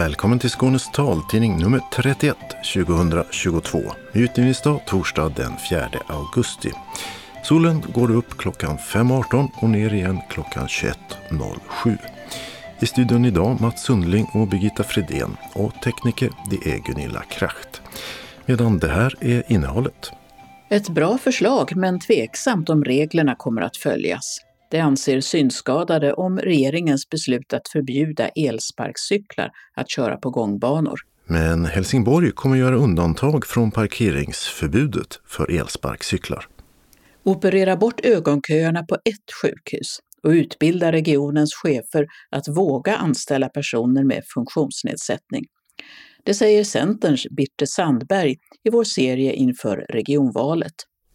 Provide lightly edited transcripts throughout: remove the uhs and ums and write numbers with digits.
Välkommen till Skånes taltidning nummer 31 2022. Utgivningsdag torsdag den 4 augusti. Solen går upp klockan 5.18 och ner igen klockan 21.07. I studion idag Mats Sundling och Birgitta Fredén och tekniker det är Gunilla Kracht. Medan det här är innehållet. Ett bra förslag men tveksamt om reglerna kommer att följas. Det anser synskadade om regeringens beslut att förbjuda elsparkcyklar att köra på gångbanor. Men Helsingborg kommer göra undantag från parkeringsförbudet för elsparkcyklar. Operera bort ögonköerna på ett sjukhus och utbilda regionens chefer att våga anställa personer med funktionsnedsättning. Det säger Centerns Birte Sandberg i vår serie inför regionvalet.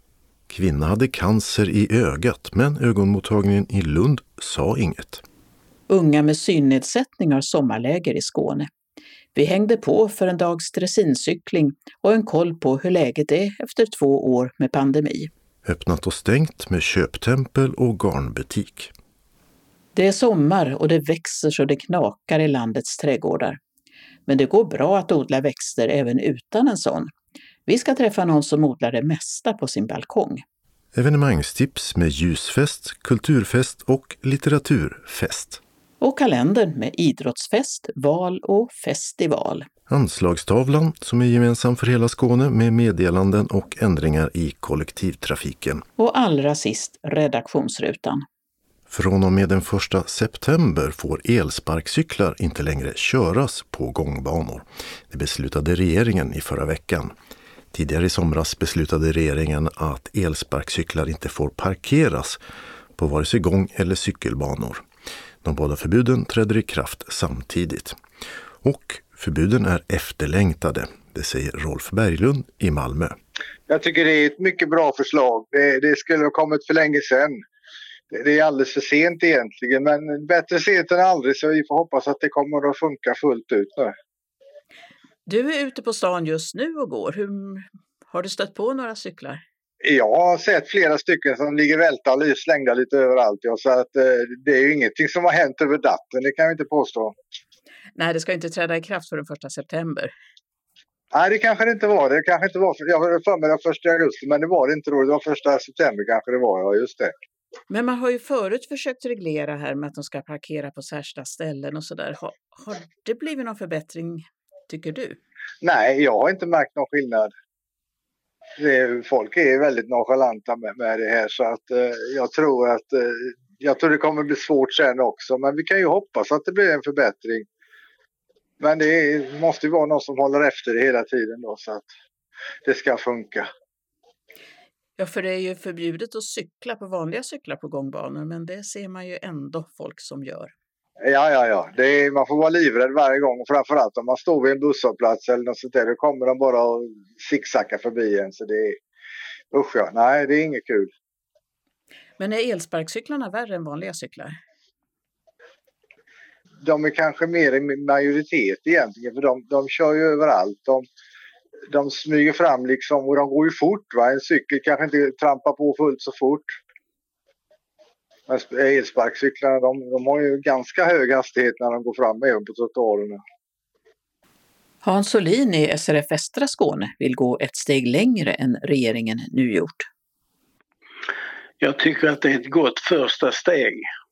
Kvinna hade cancer i ögat men ögonmottagningen i Lund sa inget. Unga med synnedsättning har sommarläger i Skåne. Vi hängde på för en dags dressincykling och en koll på hur läget är efter 2 år med pandemi. Öppnat och stängt med köptempel och garnbutik. Det är sommar och det växer så det knakar i landets trädgårdar. Men det går bra att odla växter även utan en sån. Vi ska träffa någon som odlar det mesta på sin balkong. Evenemangstips med ljusfest, kulturfest och litteraturfest. Och kalendern med idrottsfest, val och festival. Anslagstavlan som är gemensam för hela Skåne med meddelanden och ändringar i kollektivtrafiken. Och allra sist redaktionsrutan. Från och med den 1 september får elsparkcyklar inte längre köras på gångbanor. Det beslutade regeringen i förra veckan. Tidigare i somras beslutade regeringen att elsparkcyklar inte får parkeras på vare sig gång- eller cykelbanor. De båda förbuden träder i kraft samtidigt. Och förbuden är efterlängtade, det säger Rolf Berglund i Malmö. Jag tycker det är ett mycket bra förslag. Det skulle ha kommit för länge sedan. Det är alldeles för sent egentligen, men bättre sent än aldrig, så vi får hoppas att det kommer att funka fullt ut nu. Du är ute på stan just nu och går. Har du stött på några cyklar? Jag har sett flera stycken som ligger välta och slängda lite överallt. Ja, så att, det är ju ingenting som har hänt över natten, det kan vi inte påstå. Nej, det ska inte träda i kraft för den 1 september. Nej, det kanske det inte var. Det kanske inte var jag var för mig den 1 augusti, men det var det inte då. Det var 1 september kanske det var, ja just det. Men man har ju förut försökt reglera här med att de ska parkera på särskilda ställen och sådär. Har det blivit någon förbättring, tycker du? Nej, jag har inte märkt någon skillnad. Folk är väldigt nonchalanta med det här, så att jag tror det kommer bli svårt sen också. Men vi kan ju hoppas att det blir en förbättring. Men det måste ju vara någon som håller efter det hela tiden då, så att det ska funka. Ja, för det är ju förbjudet att cykla på vanliga cyklar på gångbanor, men det ser man ju ändå folk som gör. Ja. Man får vara livrädd varje gång, och framförallt om man står vid en busshållplats eller något sånt där, då kommer de bara att zigzacka förbi en, så det är usch ja. Nej, det är inget kul. Men är elsparkcyklarna värre än vanliga cyklar? De är kanske mer i majoritet egentligen, för de kör ju överallt. De smyger fram liksom, och de går ju fort. Va? En cykel kanske inte trampar på fullt så fort. Men elsparkcyklarna, de har ju ganska hög hastighet när de går fram även på trottoarerna. Hans Solin i SRF Västra Skåne vill gå ett steg längre än regeringen nu gjort. Jag tycker att det är ett gott första steg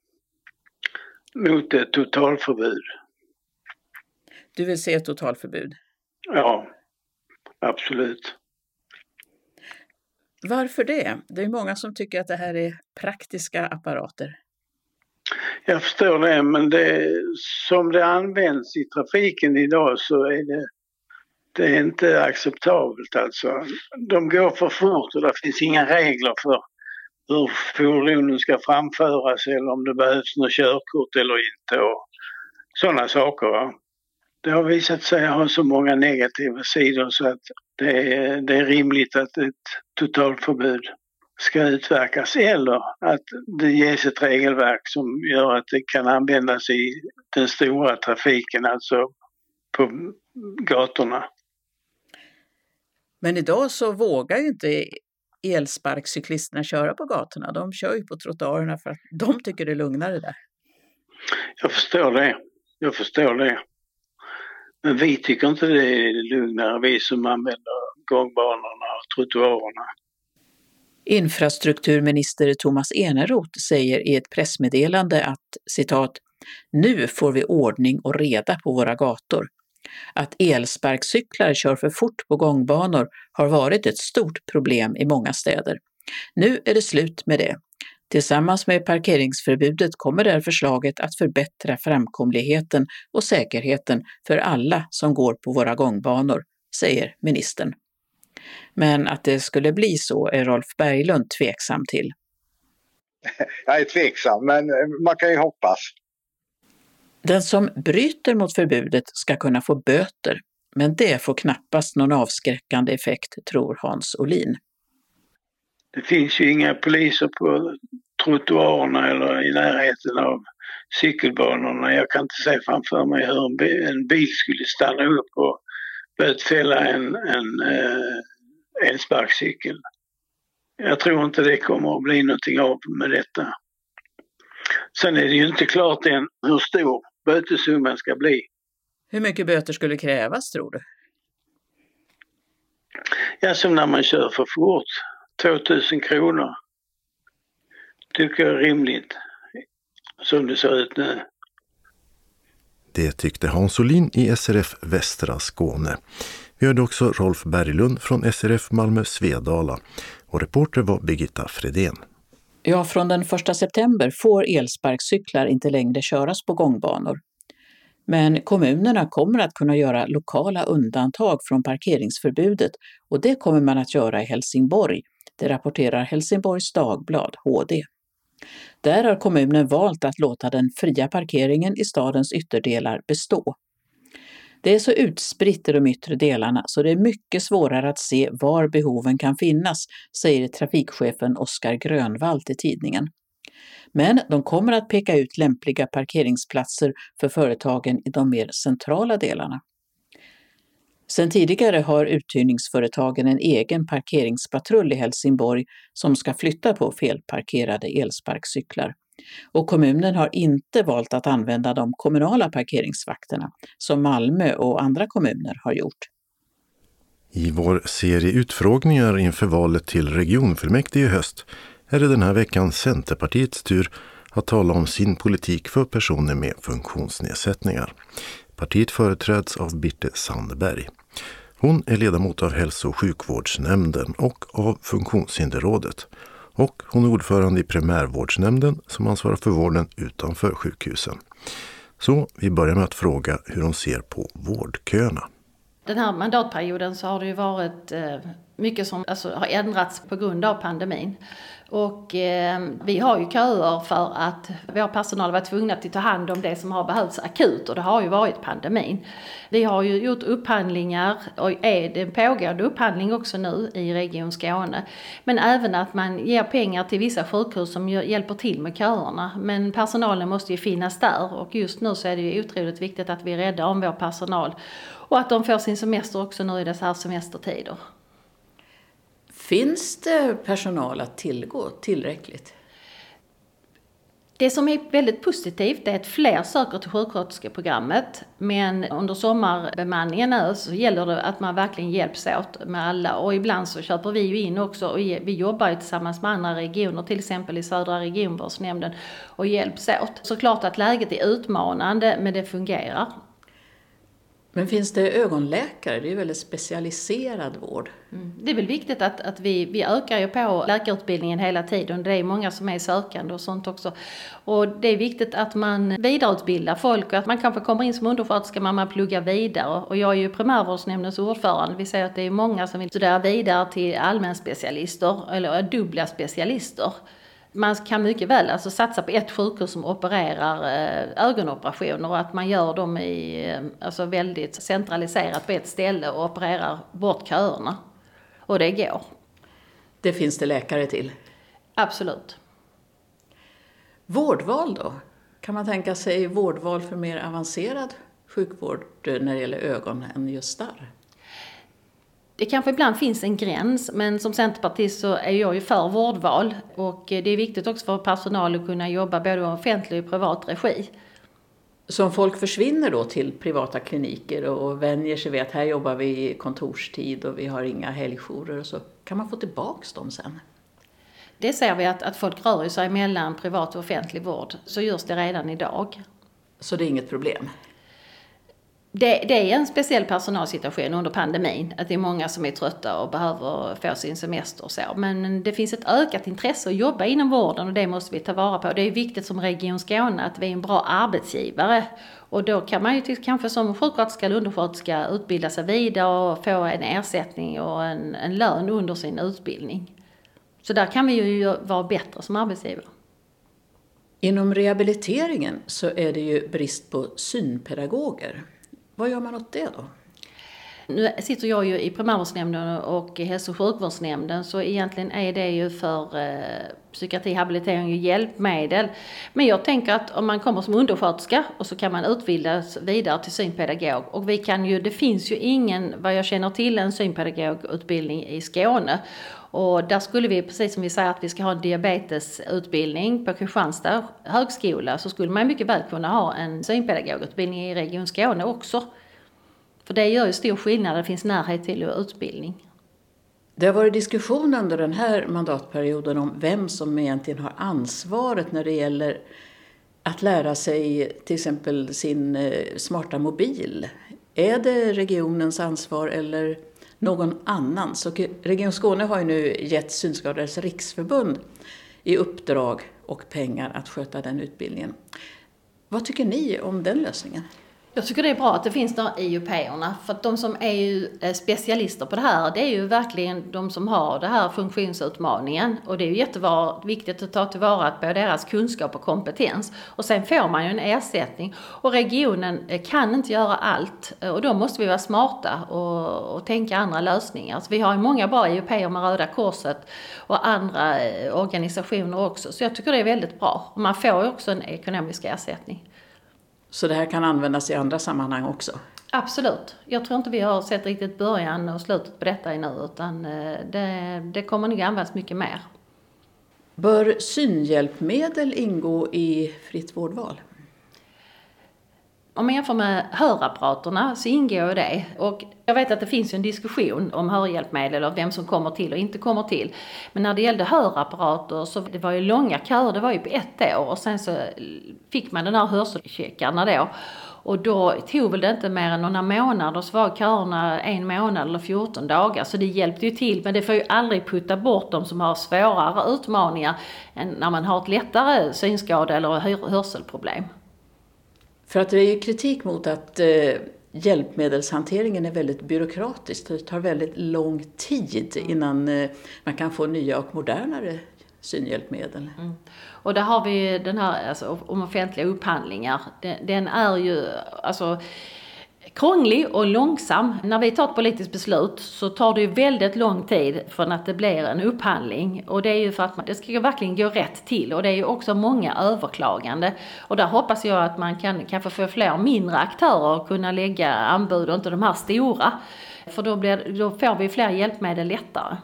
mot ett totalförbud. Du vill se ett totalförbud? Ja, absolut. Varför det? Det är många som tycker att det här är praktiska apparater. Jag förstår det, men som det används i trafiken idag så är det är inte acceptabelt. Alltså. De går för fort och det finns inga regler för hur fordonen ska framföras eller om det behövs något körkort eller inte och sådana saker. Va? Det har visat sig ha så många negativa sidor så att det är rimligt att ett totalförbud ska utverkas eller att det ges ett regelverk som gör att det kan användas i den stora trafiken, alltså på gatorna. Men idag så vågar ju inte elsparkcyklisterna köra på gatorna. De kör ju på trottoarerna för att de tycker det är lugnare där. Jag förstår det. Men vi tycker inte det är lugnare, vi som använder gångbanorna och trottoarerna. Infrastrukturminister Tomas Eneroth säger i ett pressmeddelande att, citat, nu får vi ordning och reda på våra gator. Att elsparkcyklar kör för fort på gångbanor har varit ett stort problem i många städer. Nu är det slut med det. Tillsammans med parkeringsförbudet kommer det här förslaget att förbättra framkomligheten och säkerheten för alla som går på våra gångbanor, säger ministern. Men att det skulle bli så är Rolf Berglund tveksam till. Jag är tveksam, men man kan ju hoppas. Den som bryter mot förbudet ska kunna få böter, men det får knappast någon avskräckande effekt, tror Hans Olin. Det finns ju inga poliser på trottoarerna eller i närheten av cykelbanorna. Jag kan inte se framför mig hur en bil skulle stanna upp och bötfälla en elsparkcykel. Jag tror inte det kommer att bli någonting av med detta. Sen är det ju inte klart än hur stor bötesumman ska bli. Hur mycket böter skulle krävas, tror du? Ja, som när man kör för fort. 2000 kronor. Tycker jag är rimligt. Som det ser ut nu. Det tyckte Hans Olin i SRF Västra Skåne. Vi hörde också Rolf Berglund från SRF Malmö Svedala. Och reporter var Birgitta Fredén. Ja, från den 1 september får elsparkcyklar inte längre köras på gångbanor. Men kommunerna kommer att kunna göra lokala undantag från parkeringsförbudet och det kommer man att göra i Helsingborg. Det rapporterar Helsingborgs Dagblad, HD. Där har kommunen valt att låta den fria parkeringen i stadens ytterdelar bestå. Det är så utspritt i de yttre delarna så det är mycket svårare att se var behoven kan finnas, säger trafikchefen Oskar Grönvall till tidningen. Men de kommer att peka ut lämpliga parkeringsplatser för företagen i de mer centrala delarna. Sen tidigare har uthyrningsföretagen en egen parkeringspatrull i Helsingborg som ska flytta på felparkerade elsparkcyklar. Och kommunen har inte valt att använda de kommunala parkeringsvakterna som Malmö och andra kommuner har gjort. I vår serie utfrågningar inför valet till regionfullmäktige i höst är det den här veckan Centerpartiets tur att tala om sin politik för personer med funktionsnedsättningar. Partiet företräds av Birte Sandberg. Hon är ledamot av hälso- och sjukvårdsnämnden och av funktionshinderrådet. Och hon är ordförande i primärvårdsnämnden som ansvarar för vården utanför sjukhusen. Så vi börjar med att fråga hur hon ser på vårdköerna. Den här mandatperioden så har det ju varit mycket som har ändrats på grund av pandemin. Och vi har ju köer för att vår personal var tvungna att ta hand om det som har behövts akut och det har ju varit pandemin. Vi har ju gjort upphandlingar och det en pågående upphandling också nu i Region Skåne. Men även att man ger pengar till vissa sjukhus som hjälper till med köerna. Men personalen måste ju finnas där och just nu så är det ju otroligt viktigt att vi är rädda om vår personal. Och att de får sin semester också nu i dessa här semestertider. Finns det personal att tillgå tillräckligt? Det som är väldigt positivt är att fler söker till sjuksköterskeprogrammet. Men under sommarbemanningen nu så gäller det att man verkligen hjälps åt med alla. Och ibland så köper vi ju in också och vi jobbar ju tillsammans med andra regioner, till exempel i södra regionvårdsnämnden och hjälps åt. Såklart att läget är utmanande men det fungerar. Men finns det ögonläkare? Det är ju väldigt specialiserad vård. Det är väl viktigt att vi ökar ju på läkarutbildningen hela tiden. Det är många som är sökande och sånt också. Och det är viktigt att man vidareutbildar folk och att man kanske kommer in som undersköterska men man pluggar vidare. Och jag är ju primärvårdsnämndens ordförande. Vi säger att det är många som vill studera vidare till allmänspecialister eller dubbla specialister. Man kan mycket väl satsa på ett sjukhus som opererar ögonoperationer och att man gör dem väldigt centraliserat på ett ställe och opererar bort köerna. Och det går. Det finns det läkare till? Absolut. Vårdval då? Kan man tänka sig vårdval för mer avancerad sjukvård när det gäller ögon än just starr? Det kanske ibland finns en gräns, men som centerpartist så är jag ju för vårdval. Och det är viktigt också för personal att kunna jobba både i offentlig och privat regi. Så om folk försvinner då till privata kliniker och vänjer sig vid att här jobbar vi i kontorstid och vi har inga helgjourer och så, kan man få tillbaka dem sen? Det ser vi att folk rör sig mellan privat och offentlig vård. Så görs det redan idag. Så det är inget problem? Det är en speciell personalsituation under pandemin. Att det är många som är trötta och behöver få sin semester och så. Men det finns ett ökat intresse att jobba inom vården och det måste vi ta vara på. Det är viktigt som Region Skåne att vi är en bra arbetsgivare. Och då kan man ju kanske som sjuksköterska eller undersköterska utbilda sig vidare och få en ersättning och en lön under sin utbildning. Så där kan vi ju vara bättre som arbetsgivare. Inom rehabiliteringen så är det ju brist på synpedagoger. Vad gör man åt det då? Nu sitter jag ju i primärvårdsnämnden och hälso- och sjukvårdsnämnden så egentligen är det ju för psykiatri, habilitering och hjälpmedel. Men jag tänker att om man kommer som undersköterska och så kan man utbildas vidare till synpedagog. Och vi kan ju, det finns ju ingen, vad jag känner till, en synpedagogutbildning i Skåne. Och där skulle vi, precis som vi säger att vi ska ha en diabetesutbildning på Kristianstad högskola, så skulle man mycket väl kunna ha en synpedagogutbildning i Region Skåne också. För det gör ju stor skillnad, det finns närhet till utbildning. Det har varit diskussion under den här mandatperioden om vem som egentligen har ansvaret när det gäller att lära sig till exempel sin smarta mobil. Är det regionens ansvar eller någon annan? Så Region Skåne har ju nu gett Synskadades riksförbund i uppdrag och pengar att sköta den utbildningen. Vad tycker ni om den lösningen? Jag tycker det är bra att det finns de IUP-erna, för att de som är ju specialister på det här, det är ju verkligen de som har det här funktionsutmaningen. Och det är ju jätteviktigt att ta tillvara på deras kunskap och kompetens. Och sen får man ju en ersättning. Och regionen kan inte göra allt. Och då måste vi vara smarta och tänka andra lösningar. Så vi har ju många bra IUP-er med Röda Korset och andra organisationer också. Så jag tycker det är väldigt bra. Och man får ju också en ekonomisk ersättning. Så det här kan användas i andra sammanhang också? Absolut. Jag tror inte vi har sett riktigt början och slutet på detta ännu, utan det kommer nog användas mycket mer. Bör synhjälpmedel ingå i fritt vårdval? Om man jämför med hörapparaterna så ingår ju det. Och jag vet att det finns en diskussion om hörhjälpmedel och vem som kommer till och inte kommer till. Men när det gällde hörapparater så det var ju långa köer, det var ju på 1 år. Och sen så fick man den här hörselcheckarna då. Och då tog väl det inte mer än några månader, så var köerna 1 månad eller 14 dagar. Så det hjälpte ju till, men det får ju aldrig putta bort de som har svårare utmaningar än när man har ett lättare synskada eller hörselproblem. För att det är ju kritik mot att hjälpmedelshanteringen är väldigt byråkratisk. Det tar väldigt lång tid innan man kan få nya och modernare synhjälpmedel. Mm. Och där har vi den här alltså, om offentliga upphandlingar. Den är ju alltså krånglig och långsam. När vi tar ett politiskt beslut så tar det ju väldigt lång tid från att det blir en upphandling. Och det är ju för att det ska verkligen gå rätt till. Och det är ju också många överklagande. Och där hoppas jag att man kan få fler mindre aktörer att kunna lägga anbud och inte de här stora. För då får vi fler hjälpmedel lättare.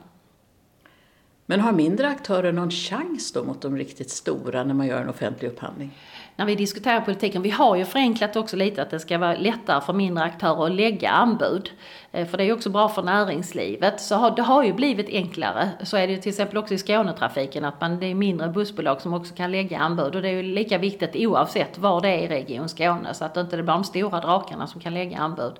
Men har mindre aktörer någon chans då mot de riktigt stora när man gör en offentlig upphandling? När vi diskuterar politiken, vi har ju förenklat också lite att det ska vara lättare för mindre aktörer att lägga anbud. För det är ju också bra för näringslivet. Så det har ju blivit enklare. Så är det ju till exempel också i Skånetrafiken att det är mindre bussbolag som också kan lägga anbud. Och det är ju lika viktigt oavsett var det är i Region Skåne. Så att det inte är bara de stora drakarna som kan lägga anbud.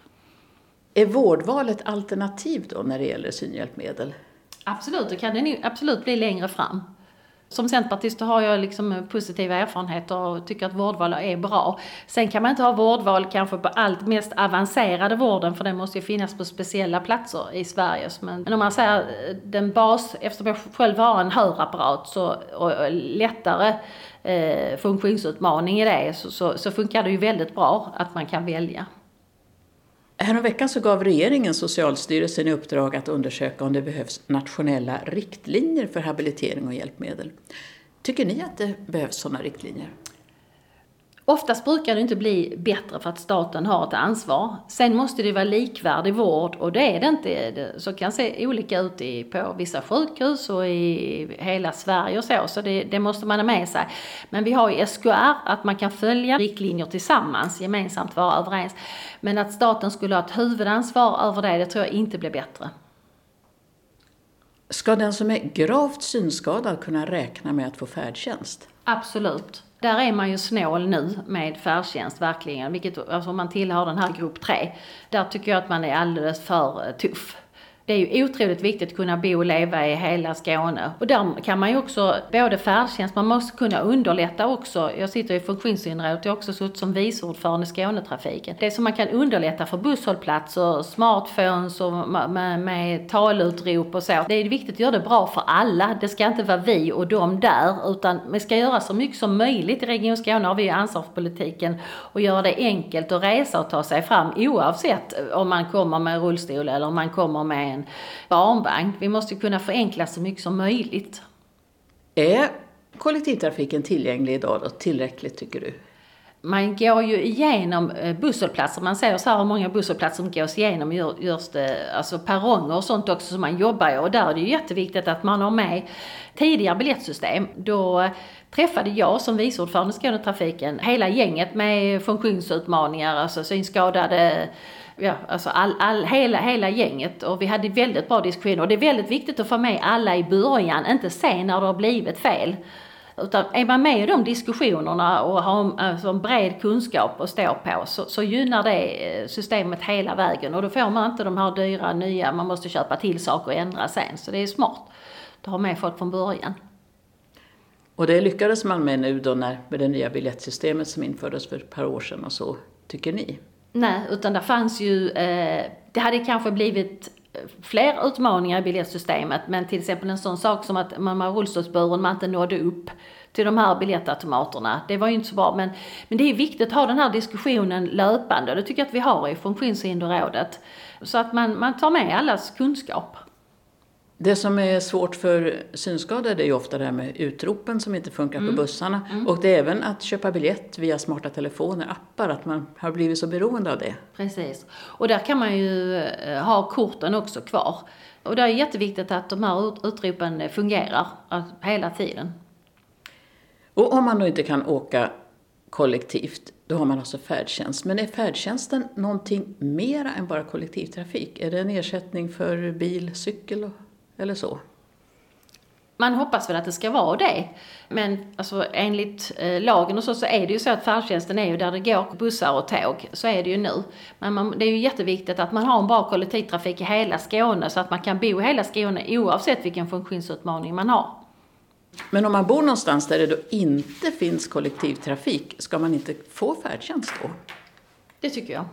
Är vårdval ett alternativ då när det gäller synhjälpmedel? Absolut, det kan det absolut bli längre fram. Som centerpartist har jag liksom positiva erfarenheter och tycker att vårdval är bra. Sen kan man inte ha vårdval kanske på allt mest avancerade vården, för den måste ju finnas på speciella platser i Sverige. Men om man säger den bas, eftersom jag själv har en hörapparat så, och lättare funktionsutmaning i det så funkar det ju väldigt bra att man kan välja. Häromveckan så gav regeringen Socialstyrelsen i uppdrag att undersöka om det behövs nationella riktlinjer för habilitering och hjälpmedel. Tycker ni att det behövs sådana riktlinjer? Oftast brukar det inte bli bättre för att staten har ett ansvar. Sen måste det vara likvärdig vård och det är det inte. Så kan se olika ut på vissa sjukhus och i hela Sverige och så det måste man ha med sig. Men vi har i SKR att man kan följa riktlinjer tillsammans, gemensamt vara överens. Men att staten skulle ha ett huvudansvar över det tror jag inte blir bättre. Ska den som är gravt synskadad kunna räkna med att få färdtjänst? Absolut. Där är man ju snål nu med färdtjänst verkligen, vilket alltså om man tillhör den här grupp 3. Där tycker jag att man är alldeles för tuff. Det är ju otroligt viktigt att kunna bo och leva i hela Skåne. Och där kan man ju också, både färdtjänst, man måste kunna underlätta också. Jag sitter i funktionshinderrådet, jag har också suttit som viceordförande i Skånetrafiken. Det är som man kan underlätta för busshållplatser, smartphones och med talutrop och så. Det är viktigt att göra det bra för alla. Det ska inte vara vi och de där, utan vi ska göra så mycket som möjligt i Region Skåne. Har vi ansvar för politiken och göra det enkelt att resa och ta sig fram oavsett om man kommer med rullstol eller om man kommer med en barnvagn. Vi måste kunna förenkla så mycket som möjligt. Är kollektivtrafiken tillgänglig idag då? Tillräckligt tycker du? Man går ju igenom busshållplatser. Man säger så här hur många busshållplatser som gås igenom görs det, alltså perronger och sånt också som man jobbar i. Och där är det ju jätteviktigt att man har med tidigare biljettsystem. Då träffade jag som viceordförande i Skånetrafiken hela gänget med funktionsutmaningar, alltså synskadade. Ja, alltså hela gänget och vi hade väldigt bra diskussioner och det är väldigt viktigt att få med alla i början, inte sen när det har blivit fel. Utan är man med i de diskussionerna och har alltså en bred kunskap att stå på så gynnar det systemet hela vägen och då får man inte de här dyra nya, man måste köpa till saker och ändra sen. Så det är smart att ha med folk från början. Och det lyckades man med nu då med det nya biljettsystemet som infördes för ett par år sedan och så, tycker ni? Nej, utan det fanns ju, det hade kanske blivit fler utmaningar i biljettsystemet, men till exempel en sån sak som att man med rullstolsburen man inte nådde upp till de här biljettautomaterna. Det var ju inte så bra, men det är viktigt att ha den här diskussionen löpande. Det tycker jag att vi har i funktionshinderrådet. Så att man tar med allas kunskap. Det som är svårt för synskadade är ju ofta det här med utropen som inte funkar på bussarna. Och det är även att köpa biljett via smarta telefoner, appar, att man har blivit så beroende av det. Precis. Och där kan man ju ha korten också kvar. Och det är jätteviktigt att de här utropen fungerar hela tiden. Och om man då inte kan åka kollektivt, då har man alltså färdtjänst. Men är färdtjänsten någonting mera än bara kollektivtrafik? Är det en ersättning för bil, cykel eller så? Man hoppas väl att det ska vara det. Men alltså, enligt lagen och så är det ju så att färdtjänsten är ju där det går bussar och tåg. Så är det ju nu. Men det är ju jätteviktigt att man har en bra kollektivtrafik i hela Skåne så att man kan bo i hela Skåne oavsett vilken funktionsutmaning man har. Men om man bor någonstans där det då inte finns kollektivtrafik, ska man inte få färdtjänst då? Det tycker jag.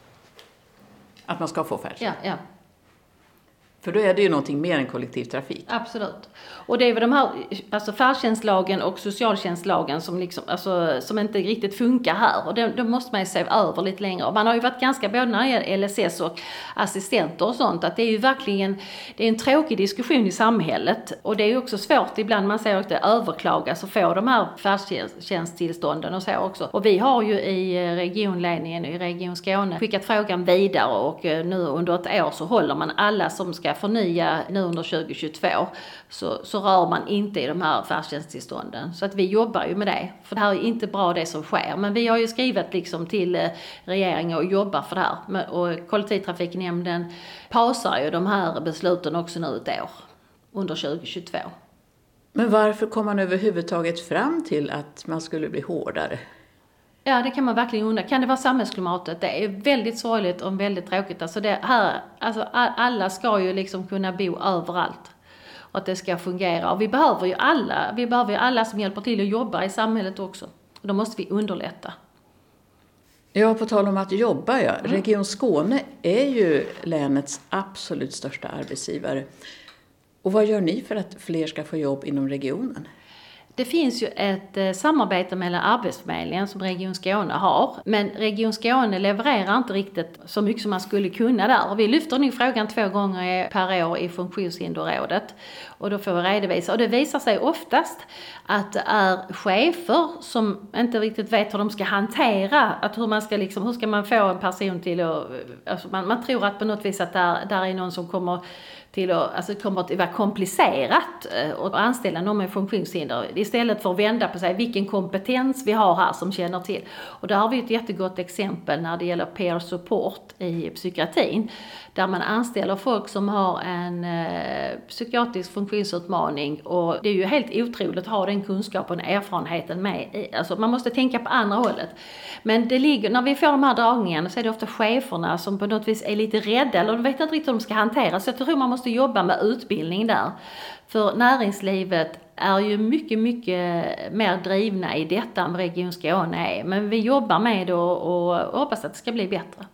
Att man ska få färdtjänst? Ja. För då är det ju någonting mer än kollektivtrafik. Absolut. Och det är väl de här, alltså färdtjänstlagen och socialtjänstlagen som liksom, alltså, som inte riktigt funkar här. Och då måste man ju se över lite längre. Och man har ju varit ganska både när det gäller LSS och assistenter och sånt. Att det är ju verkligen, det är en tråkig diskussion i samhället. Och det är ju också svårt ibland, man säger att det överklagas och får de här färdtjänsttillstånden och så också. Och vi har ju i regionledningen i Region Skåne skickat frågan vidare och nu under ett år så håller man alla som ska förnya nu under 2022 så rör man inte i de här färdtjänsttillstånden. Så att vi jobbar ju med det. För det här är inte bra det som sker. Men vi har ju skrivit liksom till regeringen och jobbar för det här. Och kollektivtrafiknämnden pausar ju de här besluten också nu ett år under 2022. Men varför kom man överhuvudtaget fram till att man skulle bli hårdare? Ja, det kan man verkligen undra. Kan det vara samhällsklimatet? Det är väldigt sorgligt och väldigt tråkigt. Alltså alla ska ju liksom kunna bo överallt. Och att det ska fungera. Och vi behöver ju alla som hjälper till att jobba i samhället också. Och då måste vi underlätta. Ja, på tal om att jobba, ja. Region Skåne är ju länets absolut största arbetsgivare. Och vad gör ni för att fler ska få jobb inom regionen? Det finns ju ett samarbete mellan Arbetsförmedlingen som Region Skåne har. Men Region Skåne levererar inte riktigt så mycket som man skulle kunna där. Och vi lyfter nu frågan 2 gånger per år i funktionshinderrådet. Och då får vi redovisa. Och det visar sig oftast att det är chefer som inte riktigt vet hur de ska hantera. Att hur ska man få en person till att... Alltså man tror att på något vis att där är någon som kommer att vara komplicerat att anställa någon med funktionshinder istället för att vända på sig vilken kompetens vi har här som känner till. Och där har vi ett jättegott exempel när det gäller peer support i psykiatrin där man anställer folk som har en psykiatrisk funktionsutmaning och det är ju helt otroligt att ha den kunskapen och erfarenheten med. Alltså man måste tänka på andra hållet. Men det ligger, när vi får de här dragningarna så är det ofta cheferna som på något vis är lite rädda eller de vet inte riktigt hur de ska hantera. Så jag tror man måste jobba med utbildning där. För näringslivet är ju mycket, mycket mer drivna i detta än Region Skåne är. Men vi jobbar med det och hoppas att det ska bli bättre.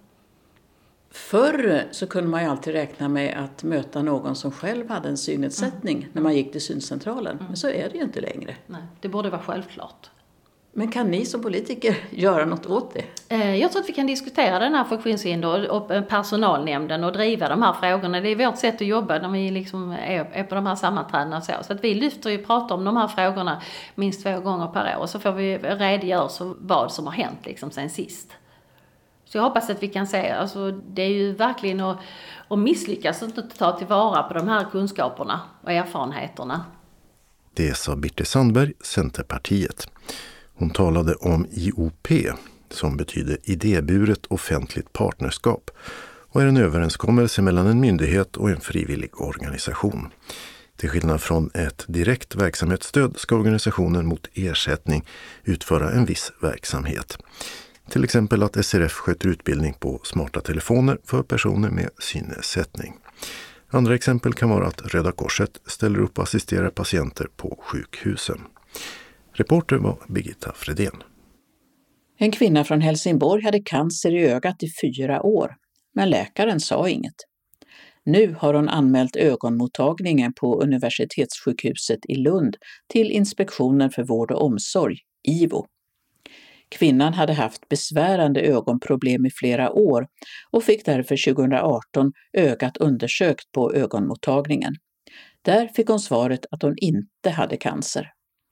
Förr så kunde man ju alltid räkna med att möta någon som själv hade en synnedsättning när man gick till syncentralen. Men så är det ju inte längre. Nej, det borde vara självklart. Men kan ni som politiker göra något åt det? Jag tror att vi kan diskutera den här funktionshinder och personalnämnden och driva de här frågorna. Det är vårt sätt att jobba när vi liksom är på de här sammanträdena och så. Så att vi lyfter och pratar om de här frågorna minst 2 gånger per år. Så får vi redogöra vad som har hänt liksom sen sist. Så jag hoppas att vi kan säga, alltså det är ju verkligen att misslyckas att inte ta tillvara på de här kunskaperna och erfarenheterna. Det sa Birte Sandberg, Centerpartiet. Hon talade om IOP, som betyder idéburet offentligt partnerskap, och är en överenskommelse mellan en myndighet och en frivillig organisation. Till skillnad från ett direkt verksamhetsstöd ska organisationen mot ersättning utföra en viss verksamhet. Till exempel att SRF sköter utbildning på smarta telefoner för personer med synnedsättning. Andra exempel kan vara att Röda Korset ställer upp och assisterar patienter på sjukhusen. Reporter var Birgitta Fredén. En kvinna från Helsingborg hade cancer i ögat i 4 år, men läkaren sa inget. Nu har hon anmält ögonmottagningen på Universitetssjukhuset i Lund till Inspektionen för vård och omsorg, IVO. Kvinnan hade haft besvärande ögonproblem i flera år och fick därför 2018 ögat undersökt på ögonmottagningen. Där fick hon svaret att hon inte hade cancer.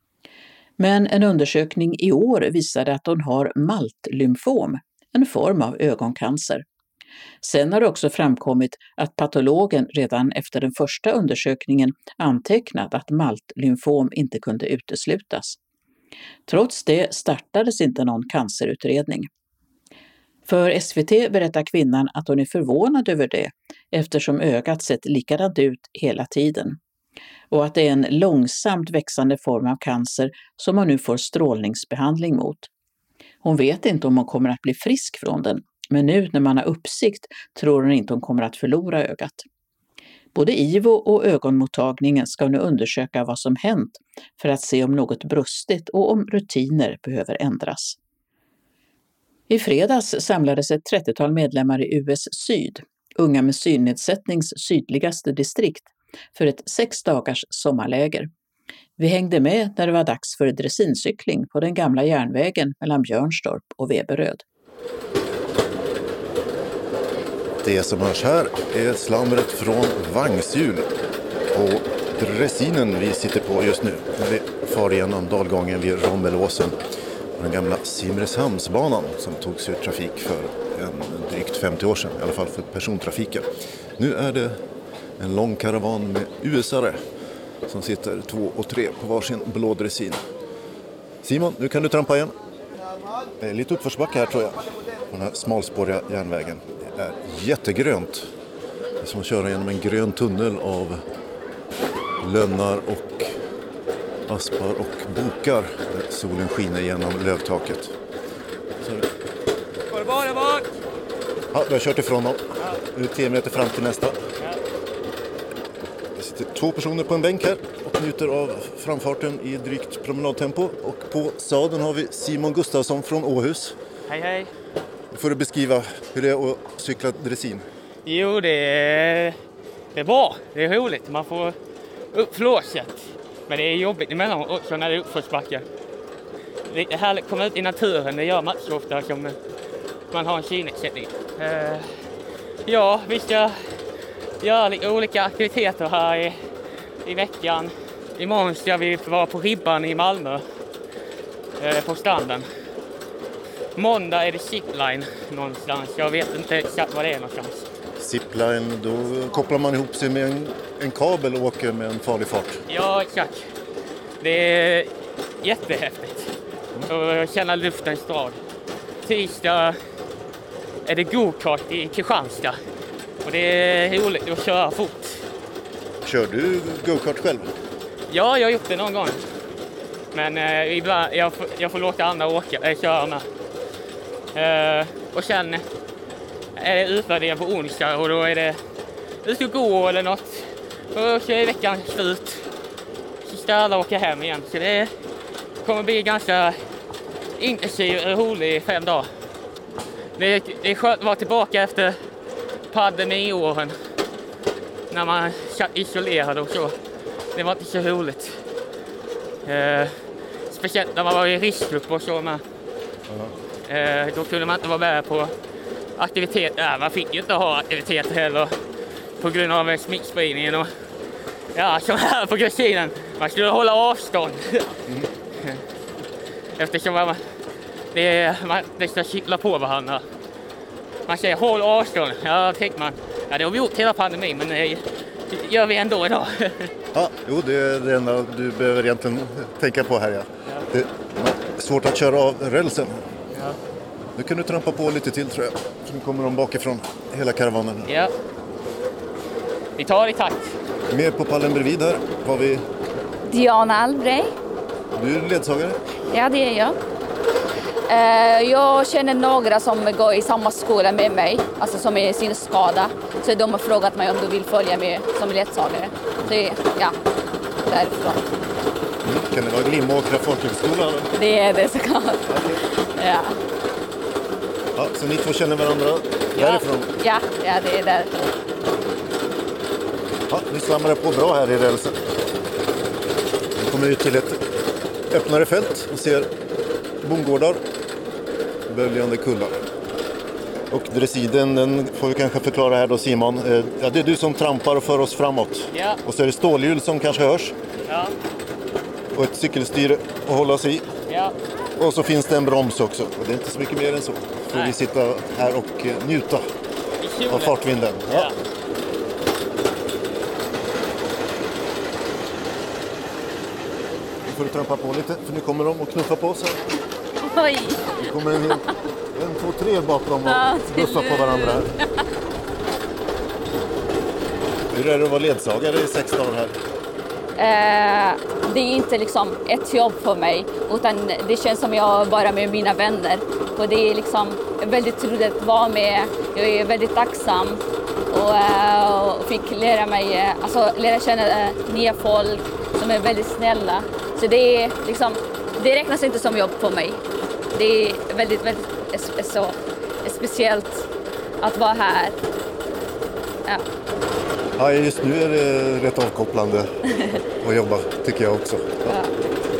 Men en undersökning i år visade att hon har maltlymfom, en form av ögoncancer. Sen har det också framkommit att patologen redan efter den första undersökningen antecknat att maltlymfom inte kunde uteslutas. Trots det startades inte någon cancerutredning. För SVT berättar kvinnan att hon är förvånad över det eftersom ögat sett likadant ut hela tiden. Och att det är en långsamt växande form av cancer som hon nu får strålningsbehandling mot. Hon vet inte om hon kommer att bli frisk från den, men nu när man har uppsikt tror hon inte hon kommer att förlora ögat. Både IVO och ögonmottagningen ska nu undersöka vad som hänt för att se om något brustit och om rutiner behöver ändras. I fredags samlades ett 30-tal medlemmar i US Syd, Unga med synnedsättnings sydligaste distrikt, för ett 6 dagars sommarläger. Vi hängde med när det var dags för dressincycling på den gamla järnvägen mellan Björnstorp och Veberöd. Det som hörs här är slamret från vagnshjul på dressinen vi sitter på just nu. När vi far igenom dalgången vid Rombelåsen och den gamla Simrishamnsbanan som togs ur trafik för drygt 50 år sedan, i alla fall för persontrafiken. Nu är det en lång karavan med USare som sitter 2 och 3 på varsin blå dressin. Simon, nu kan du trampa igen. Det är lite uppförsbacke här tror jag. Den här smalspåriga järnvägen. Det är jättegrönt. Det är som att köra genom en grön tunnel av lönnar och aspar och bokar. Där solen skiner genom lövtaket. Var det bak? Ja, du har kört ifrån dem. Nu är 10 meter fram till nästa. Det sitter 2 personer på en bänk här och njuter av framfarten i drygt promenadtempo. Och på sadeln har vi Simon Gustafsson från Åhus. Hej hej. Nu får du beskriva hur det är att cykla dressin. Jo, det är bra. Det är roligt. Man får upp flåset. Men det är jobbigt emellanåt också när det är uppförsbacke. Det är härligt att komma ut i naturen, det gör man så ofta som man har en synnedsättning. Ja, vi ska göra lite olika aktiviteter här i veckan. Imorgon ska vi vara på Ribban i Malmö, på stranden. Måndag är det zipline någonstans, jag vet inte exakt vad det är någonstans. Zipline, då kopplar man ihop sig med en kabel och åker med en farlig fart. Ja, exakt. Det är jättehäftigt att känna luftens drag. Tisdag är det go-kart i Kristianstad och det är roligt att köra fort. Kör du go-kart själv? Ja, jag har gjort det någon gång. Men ibland, jag får låta andra köra med. Och sen är det utvärdering på onsdag och då är det ut och gå eller något. Och så är veckan slut. Så ska alla åka hem igen. Så det kommer bli ganska intensiv och rolig 5 dagar. Det är skönt att vara tillbaka efter pandemiåren. När man satt isolerad och så. Det var inte så roligt. Speciellt när man var i riskgrupp och så med. Då kunde man inte vara med på aktiviteter. Man fick ju inte ha aktiviteter heller på grund av smittspridningen. Och, ja, som här på Gresinen. Man skulle hålla avstånd. Eftersom det ska kittla på varandra. Man säger håll avstånd. Ja, tänker man. Ja, det har vi gjort hela pandemin, men det gör vi ändå idag. Ja, jo, det är det enda du behöver egentligen tänka på här. Ja. Det är svårt att köra av rälsen. Ja. Nu kan du trampa på lite till, tror jag. Nu kommer de bakifrån, hela karavanen. Ja. Vi tar i takt. Mer på pallen bredvid här har vi Diana Albrej. Du är ledsagare? Ja, det är jag. Jag känner några som går i samma skola med mig, alltså som är synskada. Så de har frågat mig om de vill följa med som ledsagare. Så ja, därifrån. Kan det vara Glimåkra folkhögskola? Det är det såklart. Okay. Ja. Ja, så ni två känner varandra därifrån? Ja, det är där. Ja, nu slamrar det på bra här i rälsen. Vi kommer ut till ett öppnare fält och ser bondgårdar, böljande kullar. Och dressiden, den får vi kanske förklara här då, Simon. Ja, det är du som trampar och för oss framåt. Ja. Och så är det stålhjul som kanske hörs. Ja. Och ett cykelstyre att hålla sig i. Ja. Och så finns det en broms också. Och det är inte så mycket mer än så. Får vi sitta här och njuta av fartvinden. Ja. Ja. Nu får du trampa på lite, för nu kommer de och knuffar på oss här. Oj! Det kommer en 2, 3 bakom och buffar på varandra här. Hur är det att vara ledsagare i 6 dagar här? Det är inte liksom ett jobb för mig, utan det känns som jag bara med mina vänner. Och det är liksom väldigt roligt att vara med. Jag är väldigt tacksam och fick lära känna nya folk som är väldigt snälla. Så det är liksom, det räknas inte som jobb för mig. Det är väldigt, väldigt så speciellt att vara här. Ja. Ja, just nu är det rätt avkopplande att jobba, tycker jag också. Ja. Ja.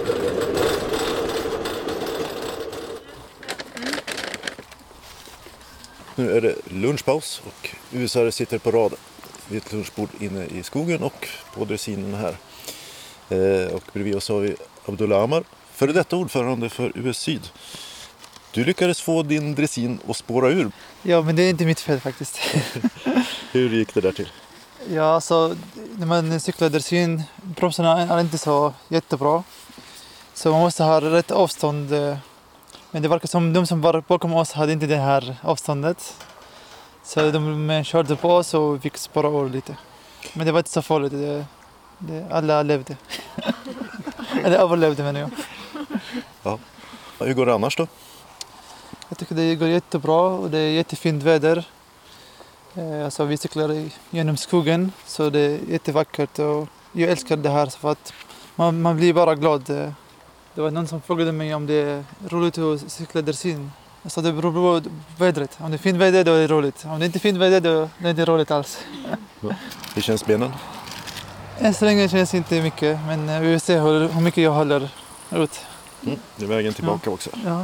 Nu är det lunchpaus och USA sitter på rad vid ett lunchbord inne i skogen och på dressinen här. Och bredvid oss har vi Abdullah Amar, före detta ordförande för US Syd. Du lyckades få din dressin att spåra ur. Ja, men det är inte mitt fel faktiskt. Hur gick det där till? Ja, alltså när man cyklar dressin, bromsarna är inte så jättebra. Så man måste ha rätt avstånd. Men det verkar som de som var bakom oss hade inte det här avståndet. Så de körde på oss och vi fick spåra ur lite. Men det var inte så farligt. Alla levde. Eller överlevde, menar jag. Ja. Hur går det annars då? Jag tycker det går jättebra och det är jättefint väder. Alltså vi cyklar genom skogen, så det är jättevackert och jag älskar det här för att man blir bara glad. Det var någon som frågade mig om det är roligt att cykla dressin. Alltså det beror på vädret. Om det är fint väder då är det roligt. Om det inte är fint väder då är det inte roligt alls. Hur känns benen? Än så länge känns det inte mycket, men vi vill se hur mycket jag håller ut. Det är vägen tillbaka också. Ja.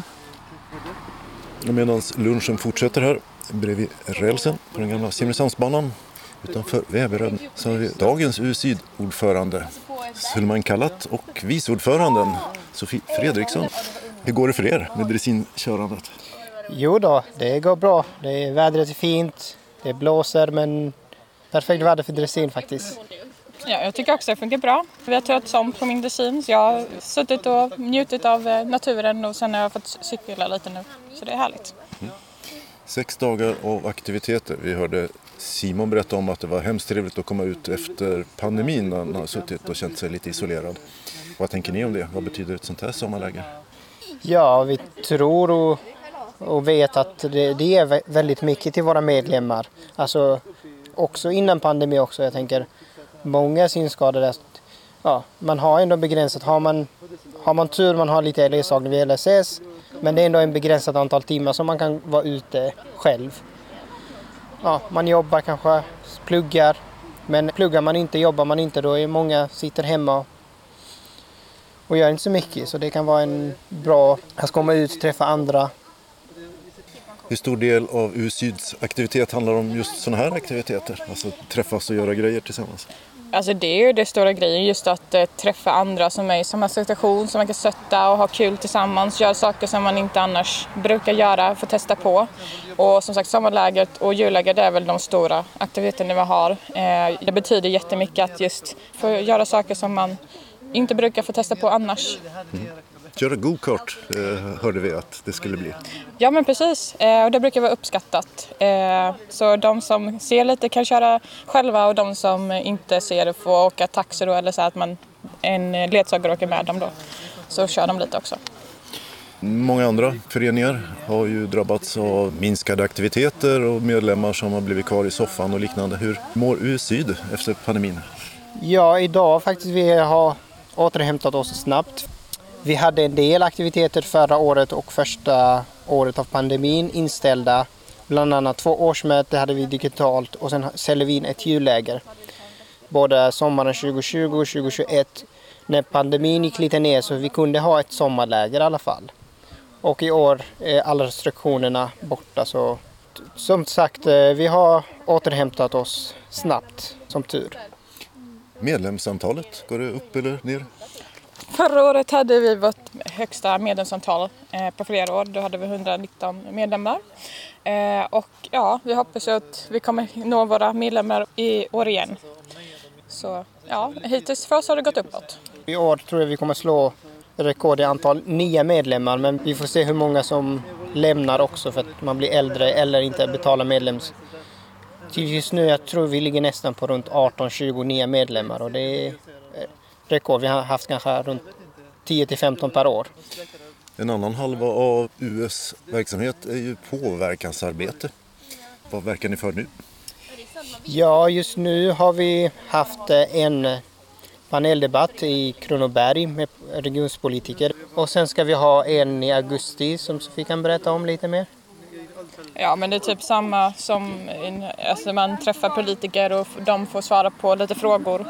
Medan lunchen fortsätter här bredvid rälsen på den gamla Simrishamnsbanan utanför Väveröd så har vi dagens U-Syd-ordförande Sulman Kallat och viceordföranden Sofie Fredriksson. Hur går det för er med dressinkörandet? Jo då, det går bra. Vädret är fint, det blåser men perfekt väder för dressin faktiskt. Ja, jag tycker också det funkar bra. Vi har trötts om på min dressin så jag har suttit och njutit av naturen och sen har jag fått cykla lite nu. Så det är härligt. 6 dagar av aktiviteter. Vi hörde Simon berätta om att det var hemskt trevligt att komma ut efter pandemin när han har suttit och känt sig lite isolerad. Vad tänker ni om det? Vad betyder ett sånt här sommarläger? Ja, vi tror och vet att det är väldigt mycket till våra medlemmar. Alltså också innan pandemin också. Jag tänker många synskadade. Ja, man har ändå begränsat. Har man tur, man har lite ledsagning vid LSS. Men det är ändå en begränsat antal timmar som man kan vara ute själv. Ja, man jobbar kanske, pluggar. Men pluggar man inte, jobbar man inte, då är många sitter hemma och gör inte så mycket. Så det kan vara en bra att komma ut och träffa andra. Hur stor del av U-Syds aktivitet handlar om just sådana här aktiviteter? Alltså träffas och göra grejer tillsammans? Alltså det är ju det stora grejen, just att träffa andra som är i samma situation, som man kan stötta och ha kul tillsammans, göra saker som man inte annars brukar göra, få testa på. Och som sagt, sommarlägret och julläger, det är väl de stora aktiviteterna vi har. Det betyder jättemycket att just få göra saker som man inte brukar få testa på annars. Köra go-kart hörde vi att det skulle bli. Ja men precis, och det brukar vara uppskattat. Så de som ser lite kan köra själva och de som inte ser det får åka taxi då, eller så att en ledsagare åker med dem då. Så kör de lite också. Många andra föreningar har ju drabbats av minskade aktiviteter och medlemmar som har blivit kvar i soffan och liknande. Hur mår U-Syd efter pandemin? Ja, idag faktiskt vi har återhämtat oss snabbt. Vi hade en del aktiviteter förra året och första året av pandemin inställda. Bland annat 2 årsmöten hade vi digitalt och sen säljer vi in ett julläger. Både sommaren 2020 och 2021. När pandemin gick lite ner så vi kunde ha ett sommarläger i alla fall. Och i år är alla restriktionerna borta. Så som sagt, vi har återhämtat oss snabbt, som tur. Medlemsantalet, går det upp eller ner? Förra året hade vi vårt högsta medlemsantal på flera år. Då hade vi 119 medlemmar. Och ja, vi hoppas att vi kommer nå våra medlemmar i år igen. Så ja, hittills för oss har det gått uppåt. I år tror jag vi kommer slå rekord i antal nya medlemmar. Men vi får se hur många som lämnar också för att man blir äldre eller inte betalar medlems. Just nu jag tror vi ligger nästan på runt 18-20 nya medlemmar och det är rekord. Vi har haft kanske runt 10-15 per år. En annan halva av US verksamhet är ju påverkansarbete. Vad verkar ni för nu? Ja, just nu har vi haft en paneldebatt i Kronoberg med regionspolitiker. Och sen ska vi ha en i augusti som Sofie kan berätta om lite mer. Ja, men det är typ samma som alltså man träffar politiker och de får svara på lite frågor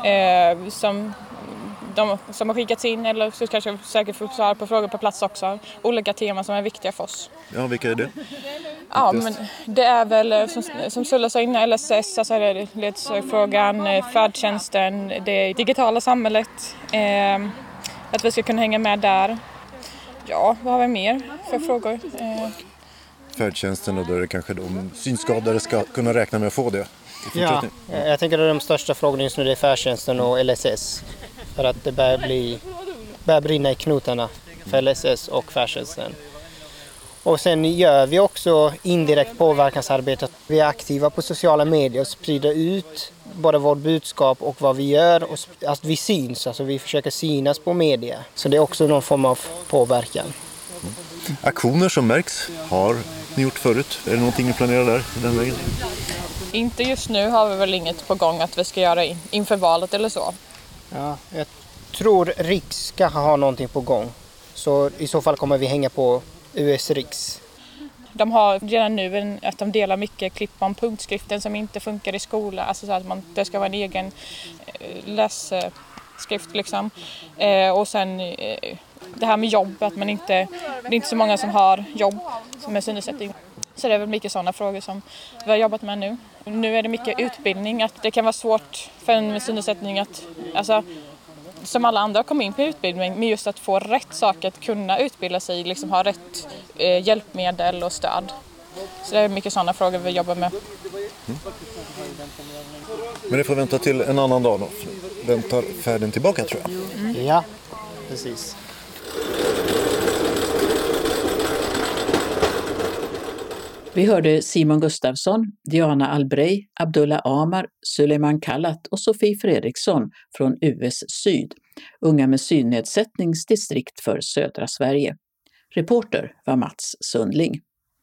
som har skickats in, eller så kanske säkert får svara på frågor på plats också. Olika teman som är viktiga för oss. Ja, vilka är det? Ja, men det är väl som Sulla sa innan, LSS, alltså ledsagningsfrågan, färdtjänsten, det digitala samhället, att vi ska kunna hänga med där. Ja, vad har vi mer för frågor? Färdtjänsten, och då är det kanske de synskadade ska kunna räkna med att få det. Ja, jag tänker att de största frågorna just nu är färdtjänsten och LSS. För att det börjar brinna i knotarna för LSS och färdtjänsten. Och sen gör vi också indirekt påverkansarbete. Vi är aktiva på sociala medier och sprider ut både vårt budskap och vad vi gör. Och att vi syns, alltså vi försöker synas på media. Så det är också någon form av påverkan. Aktioner som märks har ni gjort förut? Är det någonting ni planerar där i den vägen? Inte just nu har vi väl inget på gång att vi ska göra inför valet eller så. Ja, jag tror Riks ska ha någonting på gång. Så i så fall kommer vi hänga på US Riks. De har redan nu att de delar mycket klipp om punktskriften som inte funkar i skolan. Alltså så att det ska vara en egen lässkrift liksom. Och sen det här med jobb, att det är inte så många som har jobb med synnedsättning. Så det är väl mycket sådana frågor som vi har jobbat med nu. Nu är det mycket utbildning, att det kan vara svårt för en med synnedsättning att, alltså, som alla andra komma in på utbildning, men just att få rätt saker, att kunna utbilda sig, liksom ha rätt hjälpmedel och stöd. Så det är mycket sådana frågor vi jobbar med. Men det får vänta till en annan dag då. Väntar färden tillbaka, tror jag. Ja, precis. Vi hörde Simon Gustafsson, Diana Albrej, Abdullah Amar, Suleiman Kallat och Sofie Fredriksson från US Syd, Unga med synnedsättningsdistrikt för södra Sverige. Reporter var Mats Sundling.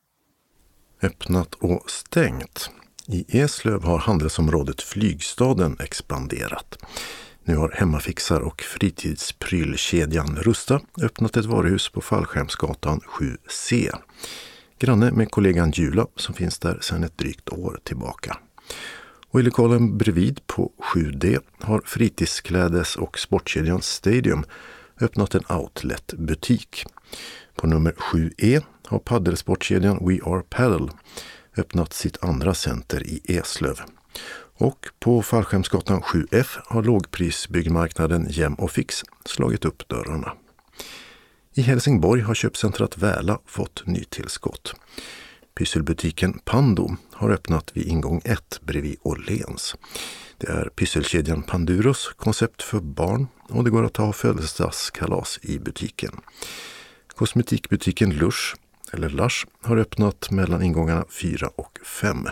Öppnat och stängt. I Eslöv har handelsområdet Flygstaden expanderat. Nu har Hemmafixar och fritidsprylkedjan Rusta öppnat ett varuhus på Fallskärmsgatan 7C. Granne med kollegan Jula som finns där sedan ett drygt år tillbaka. Och i lokalen bredvid på 7D har fritidsklädes- och sportkedjan Stadium öppnat en outletbutik. På nummer 7E har paddelsportkedjan We Are Paddle öppnat sitt andra center i Eslöv. Och på Fallskärmsgatan 7F har lågprisbyggmarknaden Jem och Fix slagit upp dörrarna. I Helsingborg har köpcentrat Väla fått nytillskott. Pysselbutiken Pando har öppnat vid ingång 1 bredvid Åhléns. Det är pysselkedjan Panduros koncept för barn och det går att ha födelsedagskalas i butiken. Kosmetikbutiken Lush har öppnat mellan ingångarna 4 och 5.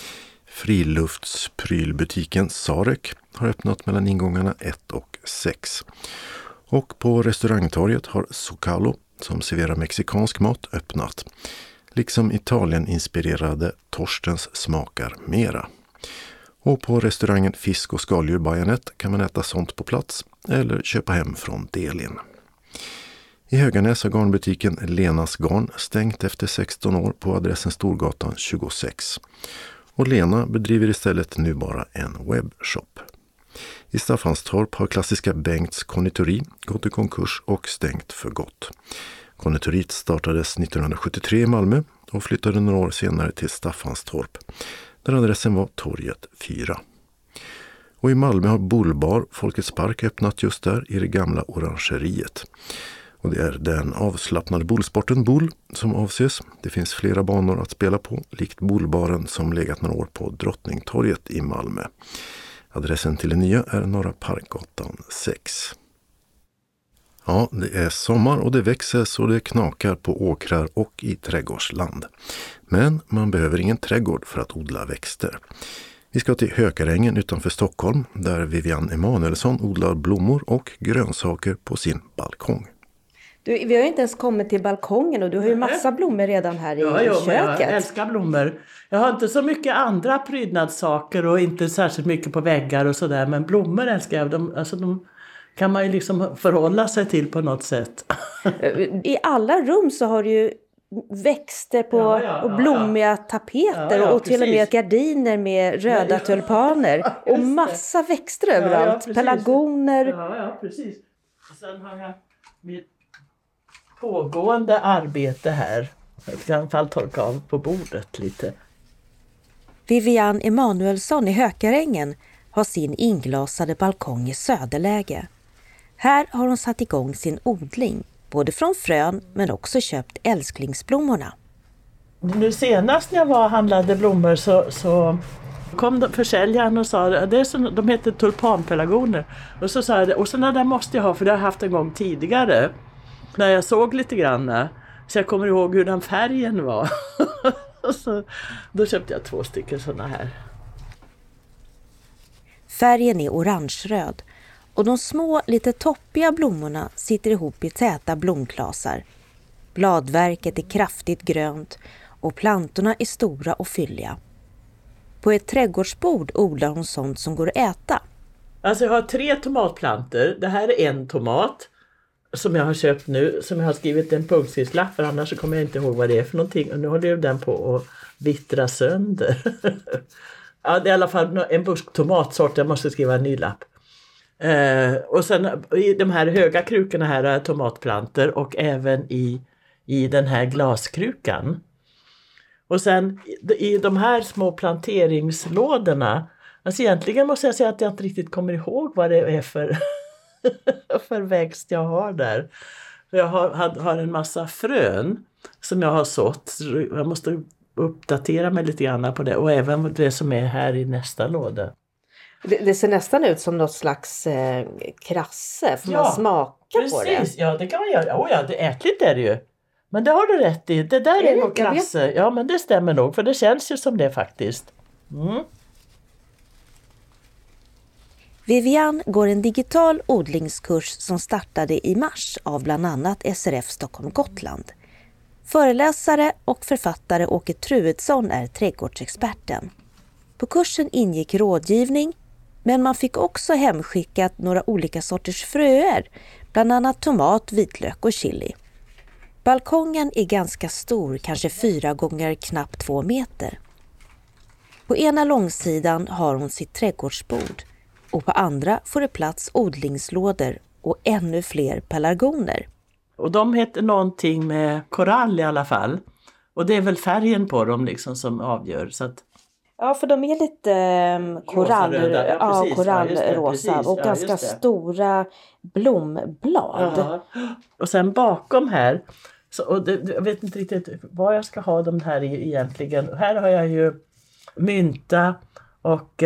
Friluftsprylbutiken Sarek har öppnat mellan ingångarna 1 och 6. Och på restaurangtorget har Socalo, som serverar mexikansk mat, öppnat. Liksom Italien-inspirerade Torstens smakar mera. Och på restaurangen Fisk och skaldjur Bajanet kan man äta sånt på plats eller köpa hem från Delin. I Höganäs har garnbutiken Lenas garn stängt efter 16 år på adressen Storgatan 26. Och Lena bedriver istället nu bara en webbshop. I Staffanstorp har klassiska Bengts konditori gått i konkurs och stängt för gott. Konditoriet startades 1973 i Malmö och flyttade några år senare till Staffanstorp, där adressen var Torget 4. Och i Malmö har Bullbar Folkets Park öppnat just där i det gamla orangeriet. Och det är den avslappnade bollsporten boll som avses. Det finns flera banor att spela på, likt bollbaren som legat några år på Drottningtorget i Malmö. Adressen till det nya är Norra Parkgatan 6. Ja, det är sommar och det växer så det knakar på åkrar och i trädgårdsland. Men man behöver ingen trädgård för att odla växter. Vi ska till Hökarängen utanför Stockholm där Vivian Emanuelsson odlar blommor och grönsaker på sin balkong. Vi har ju inte ens kommit till balkongen och du har ju massa blommor redan här i köket. Jag älskar blommor. Jag har inte så mycket andra prydnadssaker och inte särskilt mycket på väggar och sådär. Men blommor älskar jag. De kan man ju liksom förhålla sig till på något sätt. I alla rum så har du ju växter på och blommiga tapeter och till och med gardiner med röda tulpaner. Och massa växter överallt. Pelargoner. Ja, precis. Och sen har jag mitt pågående arbete här. Jag ska i alla fall torka av på bordet lite. Vivian Emanuelsson i Hökarängen har sin inglasade balkong i söderläge. Här har hon satt igång sin odling, både från frön men också köpt älsklingsblommorna. Nu senast när jag var och handlade blommor så kom försäljaren och sa att de heter tulpanpelargoner. Och så sa jag, och sådana där måste jag ha för det har jag haft en gång tidigare. När jag såg lite grann, så jag kommer ihåg hur den färgen var. Så, då köpte jag 2 stycken sådana här. Färgen är orange-röd och de små, lite toppiga blommorna sitter ihop i täta blomklasar. Bladverket är kraftigt grönt och plantorna är stora och fylliga. På ett trädgårdsbord odlar hon sånt som går att äta. Alltså jag har 3 tomatplanter. Det här är en tomat. som jag har köpt nu, som jag har skrivit en punktskriftslapp för, annars så kommer jag inte ihåg vad det är för någonting. Och nu håller den på att vittra sönder. Ja, det är i alla fall en busk tomatsort, jag måste skriva en ny lapp. Och sen i de här höga krukorna här är tomatplanter och även i den här glaskrukan. Och sen i de här små planteringslådorna, alltså egentligen måste jag säga att jag inte riktigt kommer ihåg vad det är för växt jag har där. Jag har en massa frön som jag har sått. Jag måste uppdatera mig lite grann på det. Och även det som är här i nästa låda. Det ser nästan ut som något slags krasse. Får man smaka på det? Precis, ja det kan man göra. Ja, det är ätligt är det ju. Men det har du rätt i. Det där är nog krasse. Ja, men det stämmer nog. För det känns ju som det faktiskt. Mm. Vivian går en digital odlingskurs som startade i mars av bland annat SRF Stockholm Gotland. Föreläsare och författare Åke Truedsson är trädgårdsexperten. På kursen ingick rådgivning, men man fick också hemskickat några olika sorters fröer, bland annat tomat, vitlök och chili. Balkongen är ganska stor, kanske 4 gånger knappt 2 meter. På ena långsidan har hon sitt trädgårdsbord och på andra får det plats odlingslådor och ännu fler pelargoner. Och de heter någonting med korall i alla fall. Och det är väl färgen på dem liksom som avgör. Så att... Ja, för de är lite korallrosa och ganska stora blomblad. Ja. Och sen bakom här, jag vet inte riktigt vad jag ska ha de här egentligen. Här har jag ju mynta och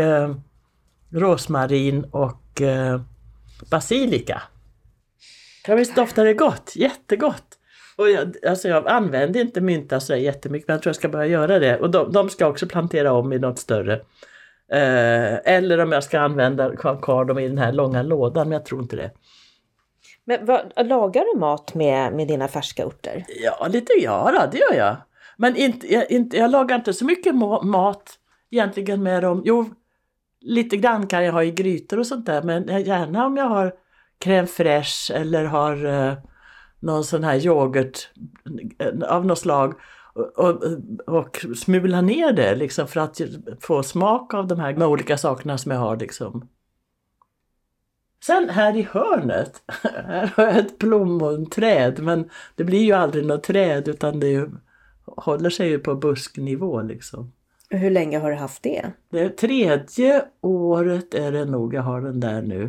rosmarin och basilika. Ja, visst doftar det gott, jättegott. Och jag använder inte mynta så jättemycket, men jag tror jag ska börja göra det. Och de ska också plantera om i något större. Eller om jag ska använda kvar dem i den här långa lådan, men jag tror inte det. Men lagar du mat med dina färska örter? Ja, det gör jag. Men jag lagar inte så mycket mat egentligen med dem. Jo, lite grann kan jag ha i grytor och sånt där, men gärna om jag har crème fraîche eller har någon sån här yoghurt av något slag och smula ner det liksom för att få smak av de här olika sakerna som jag har liksom. Sen här i hörnet, här har jag ett plommonträd, men det blir ju aldrig något träd utan det håller sig ju på busknivå liksom. Hur länge har du haft det? Det 3:e året är det nog jag har den där nu.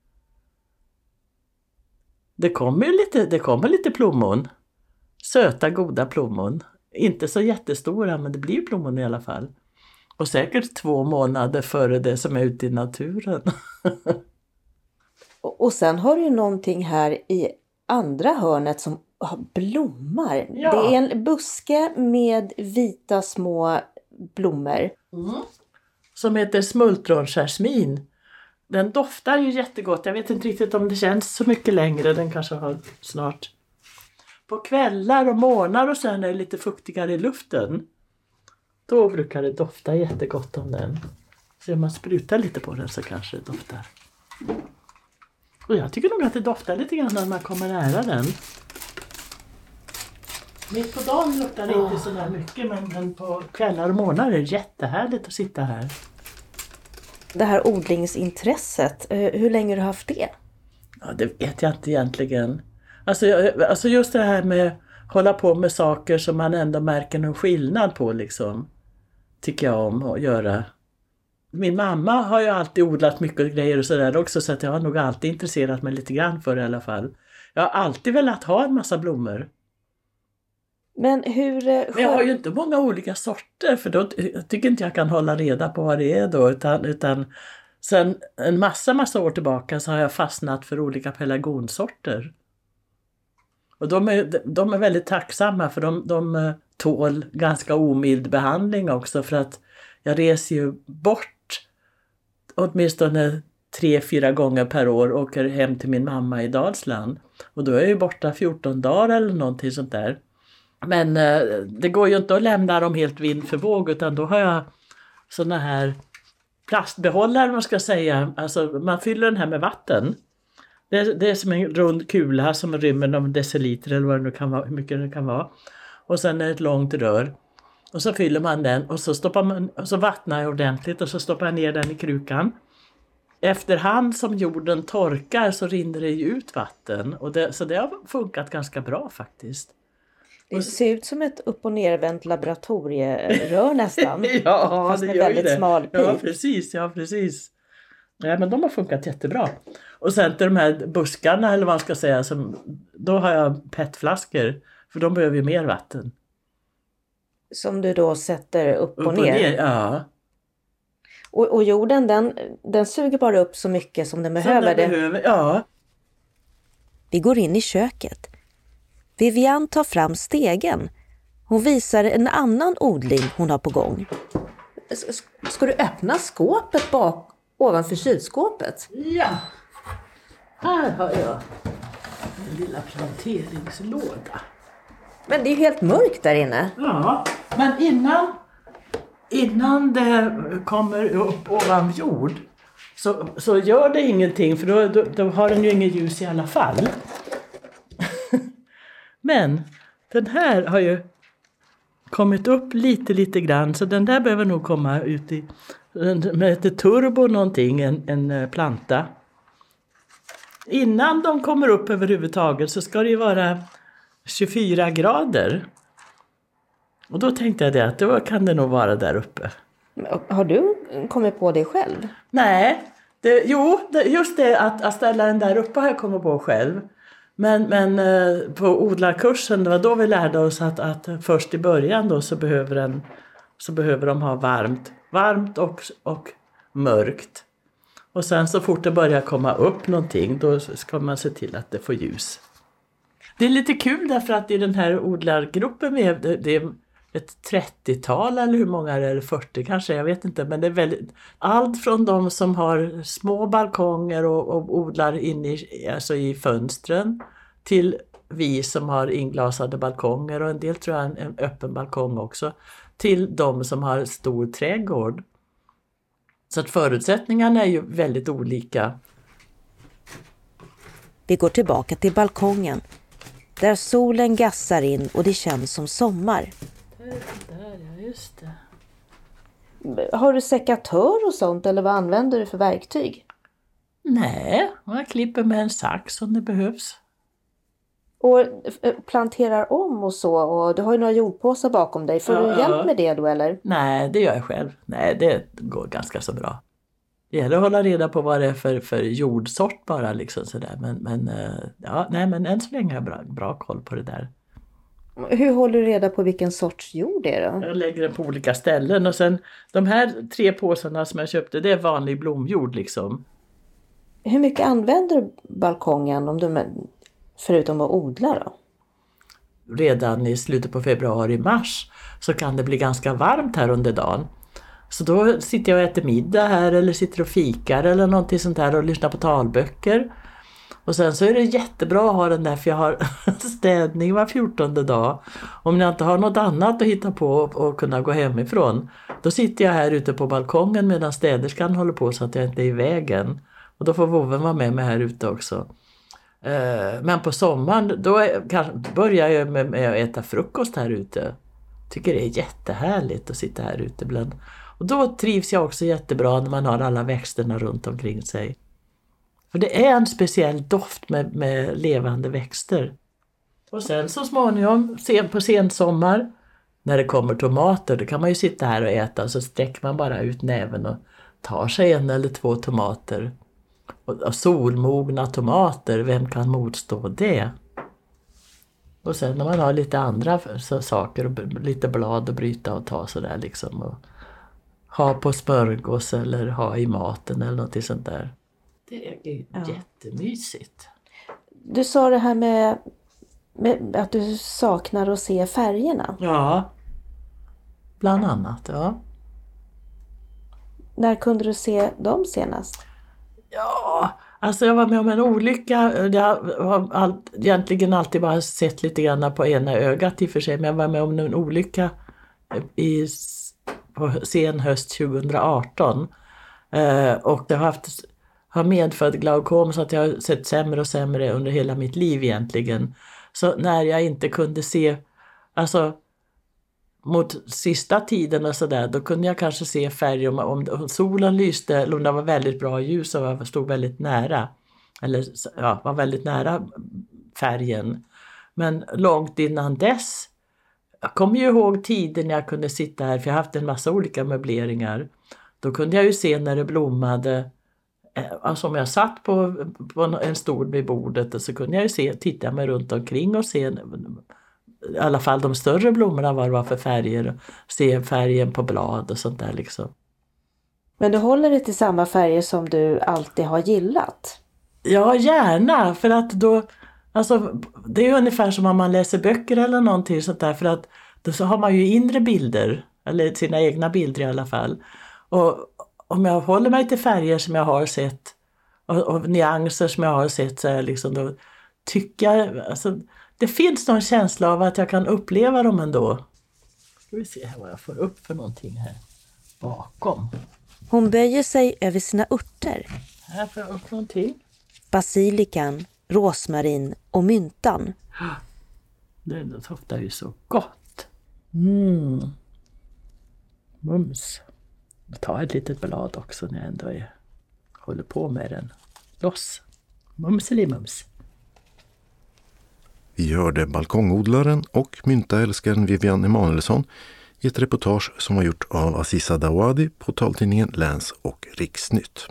Det kommer lite plommon. Söta, goda plommon. Inte så jättestora, men det blir plommon i alla fall. Och säkert 2 månader före det som är ute i naturen. Och sen har du någonting här i andra hörnet som blommar. Ja. Det är en buske med vita små blommor. Mm. Som heter smultronjasmin. Den doftar ju jättegott. Jag vet inte riktigt om det känns så mycket längre. Den kanske har snart. På kvällar och morgnar och sen är det lite fuktigare i luften. Då brukar det dofta jättegott om den. Så om man sprutar lite på den så kanske det doftar. Och jag tycker nog att det doftar lite grann när man kommer nära den. Mitt på dagen luktar det inte så där mycket, men på kvällar och morgnar är det jättehärligt att sitta här. Det här odlingsintresset, hur länge har du haft det? Ja, det vet jag inte egentligen. Alltså just det här med hålla på med saker som man ändå märker någon skillnad på liksom. Tycker jag om att göra. Min mamma har ju alltid odlat mycket grejer och sådär också, så att jag har nog alltid intresserat mig lite grann för det i alla fall. Jag har alltid velat ha en massa blommor. Men jag har ju inte många olika sorter, för då tycker inte jag kan hålla reda på vad det är då, utan sen en massa år tillbaka så har jag fastnat för olika pelargonsorter. Och de är väldigt tacksamma, för de tål ganska omild behandling också, för att jag reser ju bort åtminstone 3-4 gånger per år och åker hem till min mamma i Dalsland. Och då är jag ju borta 14 dagar eller någonting sånt där. Men det går ju inte att lämna dem helt vind för våg, utan då har jag såna här plastbehållare, man ska säga. Alltså man fyller den här med vatten. Det är som en rund kula som rymmer någon deciliter eller vad det nu kan vara, hur mycket det kan vara. Och sen är det ett långt rör. Och så fyller man den och så så vattnar jag ordentligt och så stoppar jag ner den i krukan. Efterhand som jorden torkar så rinner det ju ut vatten. Så det har funkat ganska bra faktiskt. Det ser ut som ett upp- och nervänt laboratorierör nästan. Ja, fast det med gör väldigt det. smal pip. Ja, precis. Ja, men de har funkat jättebra. Och sen till de här buskarna eller vad man ska säga, då har jag petflaskor. För de behöver ju mer vatten. Som du då sätter upp och ner. Ja. Och jorden den suger bara upp så mycket som den behöver. Ja. Vi går in i köket. Vivian tar fram stegen. Hon visar en annan odling hon har på gång. Ska du öppna skåpet ovanför kylskåpet? Ja. Här har jag en lilla planteringslåda. Men det är ju helt mörkt där inne. Ja, men innan det kommer upp ovan jord så gör det ingenting, för då har den ju inget ljus i alla fall. Men den här har ju kommit upp lite grann, så den där behöver nog komma ut i med ett turbo någonting, en planta. Innan de kommer upp överhuvudtaget så ska det ju vara 24 grader. Och då tänkte jag att då kan det nog vara där uppe. Har du kommit på det själv? Nej, just det att ställa den där uppe har jag kommit på själv. Men på odlarkursen, det var då vi lärde oss att först i början då så behöver de ha varmt och mörkt. Och sen så fort det börjar komma upp någonting, då ska man se till att det får ljus. Det är lite kul därför att i den här odlargruppen det är ett 30-tal eller hur många är det, 40 kanske, jag vet inte. Men det är väldigt, allt från de som har små balkonger och odlar i fönstren till vi som har inglasade balkonger och en del tror jag en öppen balkong också, till de som har stor trädgård. Så att förutsättningarna är ju väldigt olika. Vi går tillbaka till balkongen där solen gassar in och det känns som sommar. Ja, just det. Har du sekatör och sånt eller vad använder du för verktyg? Nej, jag klipper med en sax om det behövs. Och planterar om och så, och du har ju några jordpåsar bakom dig. Får du hjälp med det då eller? Nej, det gör jag själv. Nej, det går ganska så bra. Det gäller att hålla reda på vad det är för jordsort bara liksom sådär. Men än så länge har jag bra koll på det där. Hur håller du reda på vilken sorts jord det är då? Jag lägger den på olika ställen och sen de här 3 påsarna som jag köpte, det är vanlig blomjord liksom. Hur mycket använder du balkongen om du förutom att odla då? Redan i slutet på februari-mars så kan det bli ganska varmt här under dagen. Så då sitter jag och äter middag här eller sitter och fikar eller någonting sånt där och lyssnar på talböcker. Och sen så är det jättebra att ha den där, för jag har städning var 14:e dag. Om jag inte har något annat att hitta på och kunna gå hemifrån, då sitter jag här ute på balkongen medan städerskan håller på så att jag inte är i vägen. Och då får vovven vara med mig här ute också. Men på sommaren då börjar jag med att äta frukost här ute. Tycker det är jättehärligt att sitta här ute ibland. Och då trivs jag också jättebra när man har alla växterna runt omkring sig. För det är en speciell doft med levande växter. Och sen så småningom, på sensommar, när det kommer tomater, då kan man ju sitta här och äta. Så sträcker man bara ut näven och tar sig 1 eller 2 tomater. Och solmogna tomater, vem kan motstå det? Och sen när man har lite andra saker, och lite blad att bryta och ta sådär liksom. Och ha på smörgås eller ha i maten eller något sånt där. Det är jättemysigt. Du sa det här med att du saknar att se färgerna. Ja, bland annat, ja. När kunde du se dem senast? Ja, alltså jag var med om en olycka. Jag har egentligen alltid bara sett lite grann på ena ögat i och för sig. Men jag var med om en olycka på sen höst 2018. Och jag har har medfödd glaukom så att jag har sett sämre och sämre under hela mitt liv egentligen. Så när jag inte kunde se, alltså mot sista tiden och sådär, då kunde jag kanske se färg om solen lyste eller om det var väldigt bra ljus och jag stod väldigt nära. Eller ja, var väldigt nära färgen. Men långt innan dess, jag kommer ju ihåg tiden när jag kunde sitta här, för jag har haft en massa olika möbleringar. Då kunde jag ju se när det blommade, alltså om jag satt på en stol vid bordet, och så kunde jag ju titta mig runt omkring och se i alla fall de större blommorna, vad det var för färger, se färgen på blad och sånt där liksom. Men du håller dig till samma färger som du alltid har gillat? Ja, gärna, för att då, alltså det är ungefär som om man läser böcker eller någonting sånt där, för att då så har man ju inre bilder, eller sina egna bilder i alla fall. Och om jag håller mig till färger som jag har sett och nyanser som jag har sett, så är liksom, då tycker jag, alltså det finns någon känsla av att jag kan uppleva dem ändå. Ska vi se här vad jag får upp för någonting här bakom. Hon böjer sig över sina örter. Här får jag upp någonting. Basilikan, rosmarin och myntan. Det doftar ju så gott. Mums. Ta ett litet blad också när jag ändå håller på med den. Loss. Mumseli-mums. Vi hörde balkongodlaren och myntaälskaren Vivian Emanuelsson i ett reportage som var gjort av Aziza Dawadi på taltidningen Läns- och Riksnytt.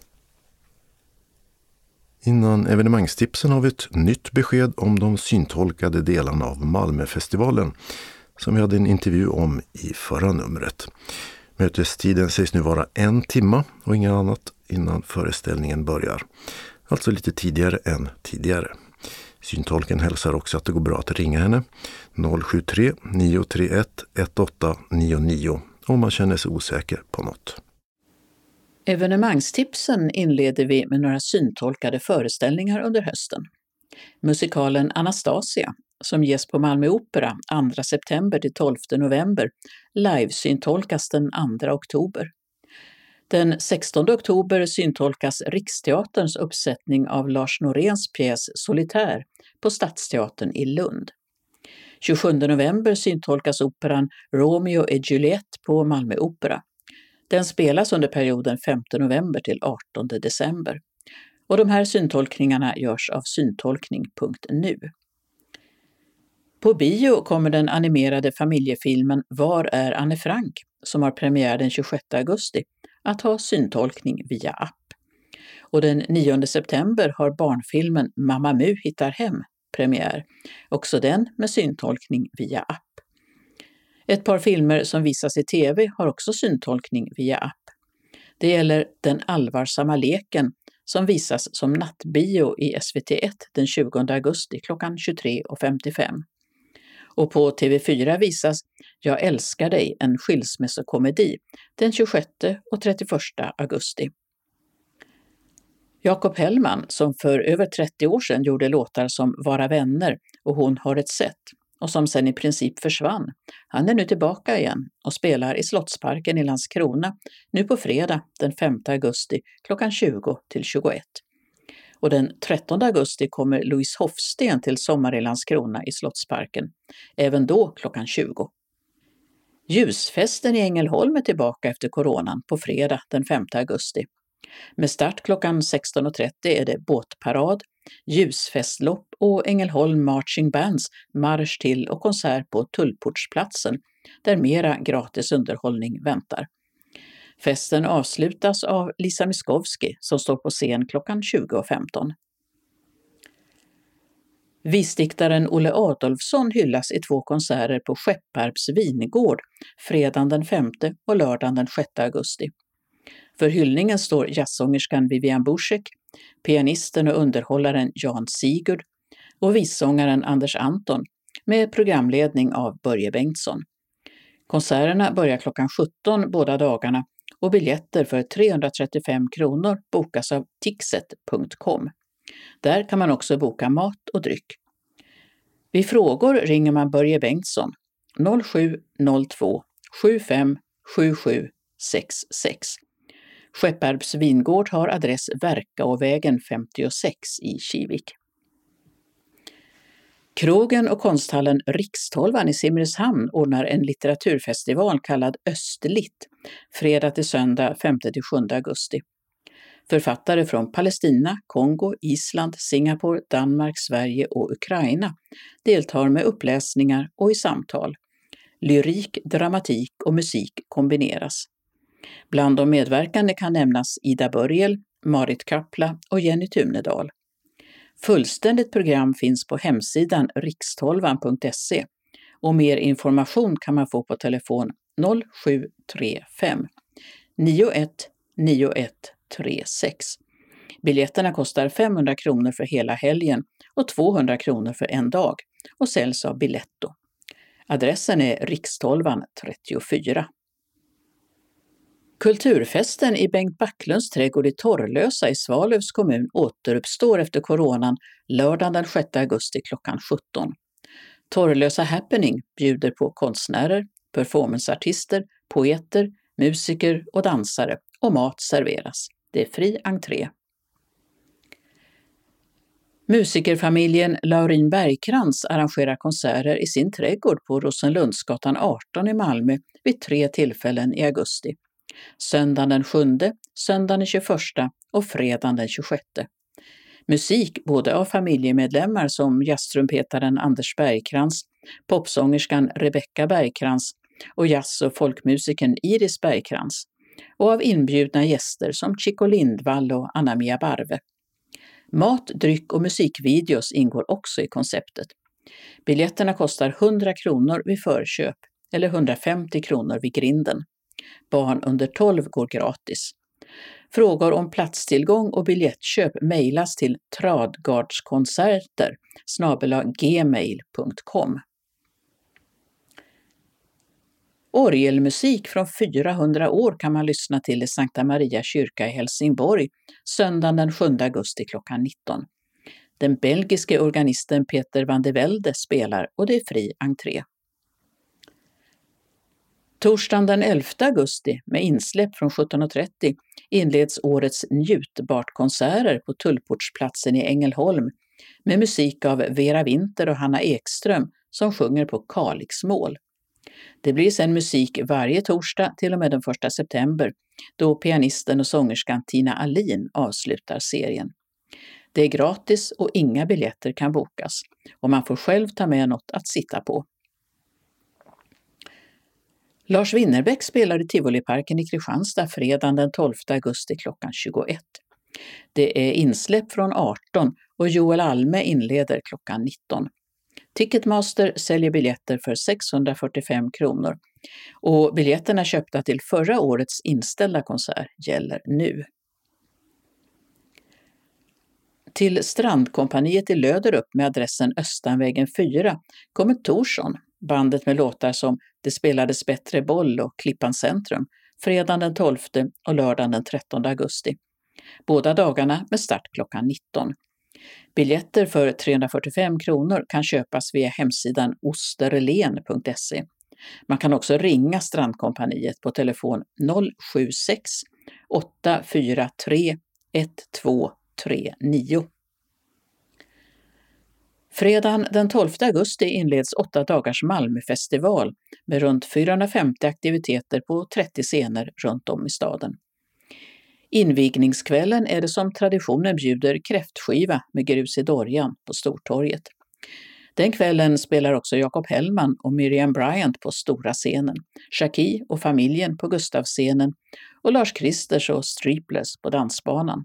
Innan evenemangstipsen har vi ett nytt besked om de syntolkade delarna av Malmöfestivalen som vi hade en intervju om i förra numret. Mötestiden sägs nu vara 1 timme och inget annat innan föreställningen börjar. Alltså lite tidigare än tidigare. Syntolken hälsar också att det går bra att ringa henne 073 931 1899 om man känner sig osäker på något. Evenemangstipsen inleder vi med några syntolkade föreställningar under hösten. Musikalen Anastasia, som ges på Malmö Opera 2 september till 12 november, live-syntolkas den 2 oktober. Den 16 oktober syntolkas Riksteaterns uppsättning av Lars Noréns pjäs Solitär på Stadsteatern i Lund. 27 november syntolkas operan Romeo et Juliette på Malmö Opera. Den spelas under perioden 5 november till 18 december. Och de här syntolkningarna görs av syntolkning.nu. På bio kommer den animerade familjefilmen Var är Anne Frank, som har premiär den 26 augusti, att ha syntolkning via app. Och den 9 september har barnfilmen Mamma Mu hittar hem premiär, också den med syntolkning via app. Ett par filmer som visas i tv har också syntolkning via app. Det gäller Den allvarsamma leken som visas som nattbio i SVT1 den 20 augusti klockan 23.55. Och på TV4 visas Jag älskar dig, en skilsmässokomedi den 26 och 31 augusti. Jakob Hellman, som för över 30 år sedan gjorde låtar som Vara vänner och Hon har ett sätt, och som sen i princip försvann, han är nu tillbaka igen och spelar i Slottsparken i Landskrona nu på fredag den 5 augusti klockan 20 till 21. Och den 13 augusti kommer Louise Hofsten till Sommar i Landskrona i Slottsparken, även då klockan 20. Ljusfesten i Ängelholm är tillbaka efter coronan på fredag den 5 augusti. Med start klockan 16.30 är det båtparad, ljusfestlopp och Ängelholm Marching Bands marsch till och konsert på Tullportsplatsen där mera gratis underhållning väntar. Festen avslutas av Lisa Miskovsky som står på scen klockan 20.15. Visdiktaren Olle Adolfsson hyllas i 2 konserter på Skepparps vingård fredagen den 5 och lördagen den 6 augusti. För hyllningen står jazzsångerskan Vivian Buschek, pianisten och underhållaren Jan Sigurd och vissångaren Anders Anton med programledning av Börje Bengtsson. Konserterna börjar klockan 17 båda dagarna och biljetter för 335 kronor bokas av tixet.com. Där kan man också boka mat och dryck. Vid frågor ringer man Börje Bengtsson 0702 75 77 66. Skepparps vingård har adress Verkaåvägen 56 i Kivik. Krogen och konsthallen Rikstolvan i Simrishamn ordnar en litteraturfestival kallad Östlitt, fredag till söndag 5-7 augusti. Författare från Palestina, Kongo, Island, Singapore, Danmark, Sverige och Ukraina deltar med uppläsningar och i samtal. Lyrik, dramatik och musik kombineras. Bland de medverkande kan nämnas Ida Börjel, Marit Kapla och Jenny Tunedal. Fullständigt program finns på hemsidan rikstolvan.se och mer information kan man få på telefon 0735 91 9136. Biljetterna kostar 500 kronor för hela helgen och 200 kronor för en dag och säljs av Biletto. Adressen är Rikstolvan 34. Kulturfesten i Bengt Backlunds trädgård i Torrlösa i Svalövs kommun återuppstår efter coronan lördagen den 6 augusti klockan 17. Torrlösa Happening bjuder på konstnärer, performanceartister, poeter, musiker och dansare och mat serveras. Det är fri entré. Musikerfamiljen Laurin Bergkrans arrangerar konserter i sin trädgård på Rosenlundsgatan 18 i Malmö vid 3 tillfällen i augusti. Söndagen den 7, söndagen den 21 och fredagen den 26. Musik både av familjemedlemmar som jazztrumpetaren Anders Bergkrans, popsångerskan Rebecca Bergkrans och jazz- och folkmusikern Iris Bergkrans och av inbjudna gäster som Chico Lindvall och Anna-Mia Barve. Mat, dryck och musikvideos ingår också i konceptet. Biljetterna kostar 100 kronor vid förköp eller 150 kronor vid grinden. Barn under 12 går gratis. Frågor om platstillgång och biljettköp mejlas till tradgardskonserter@gmail.com. Orgelmusik från 400 år kan man lyssna till i Sankta Maria kyrka i Helsingborg söndagen den 7 augusti klockan 19. Den belgiske organisten Peter van de Velde spelar och det är fri entré. Torsdagen den 11 augusti med insläpp från 17.30 inleds årets njutbart-konserter på Tullportsplatsen i Ängelholm med musik av Vera Winter och Hanna Ekström som sjunger på Kalixmål. Det blir sedan musik varje torsdag till och med den 1 september då pianisten och sångerskan Tina Alin avslutar serien. Det är gratis och inga biljetter kan bokas och man får själv ta med något att sitta på. Lars Winnerbäck spelar i Tivoliparken i Kristianstad fredagen den 12 augusti klockan 21. Det är insläpp från 18 och Joel Alme inleder klockan 19. Ticketmaster säljer biljetter för 645 kronor och biljetterna köpta till förra årets inställda konsert gäller nu. Till Strandkompaniet i Löderup med adressen Östanvägen 4 kommer Torsson, bandet med låtar som Det spelades bättre boll och Klippan centrum, fredagen den 12 och lördagen den 13 augusti. Båda dagarna med start klockan 19. Biljetter för 345 kronor kan köpas via hemsidan osterlen.se. Man kan också ringa Strandkompaniet på telefon 076 843 1239. Fredagen den 12 augusti inleds 8 dagars Malmöfestival med runt 450 aktiviteter på 30 scener runt om i staden. Invigningskvällen är det som traditionen bjuder kräftskiva med grus i Dorjan på Stortorget. Den kvällen spelar också Jakob Hellman och Miriam Bryant på stora scenen, Shaki och familjen på Gustavscenen och Lars Kristers och Streepless på dansbanan.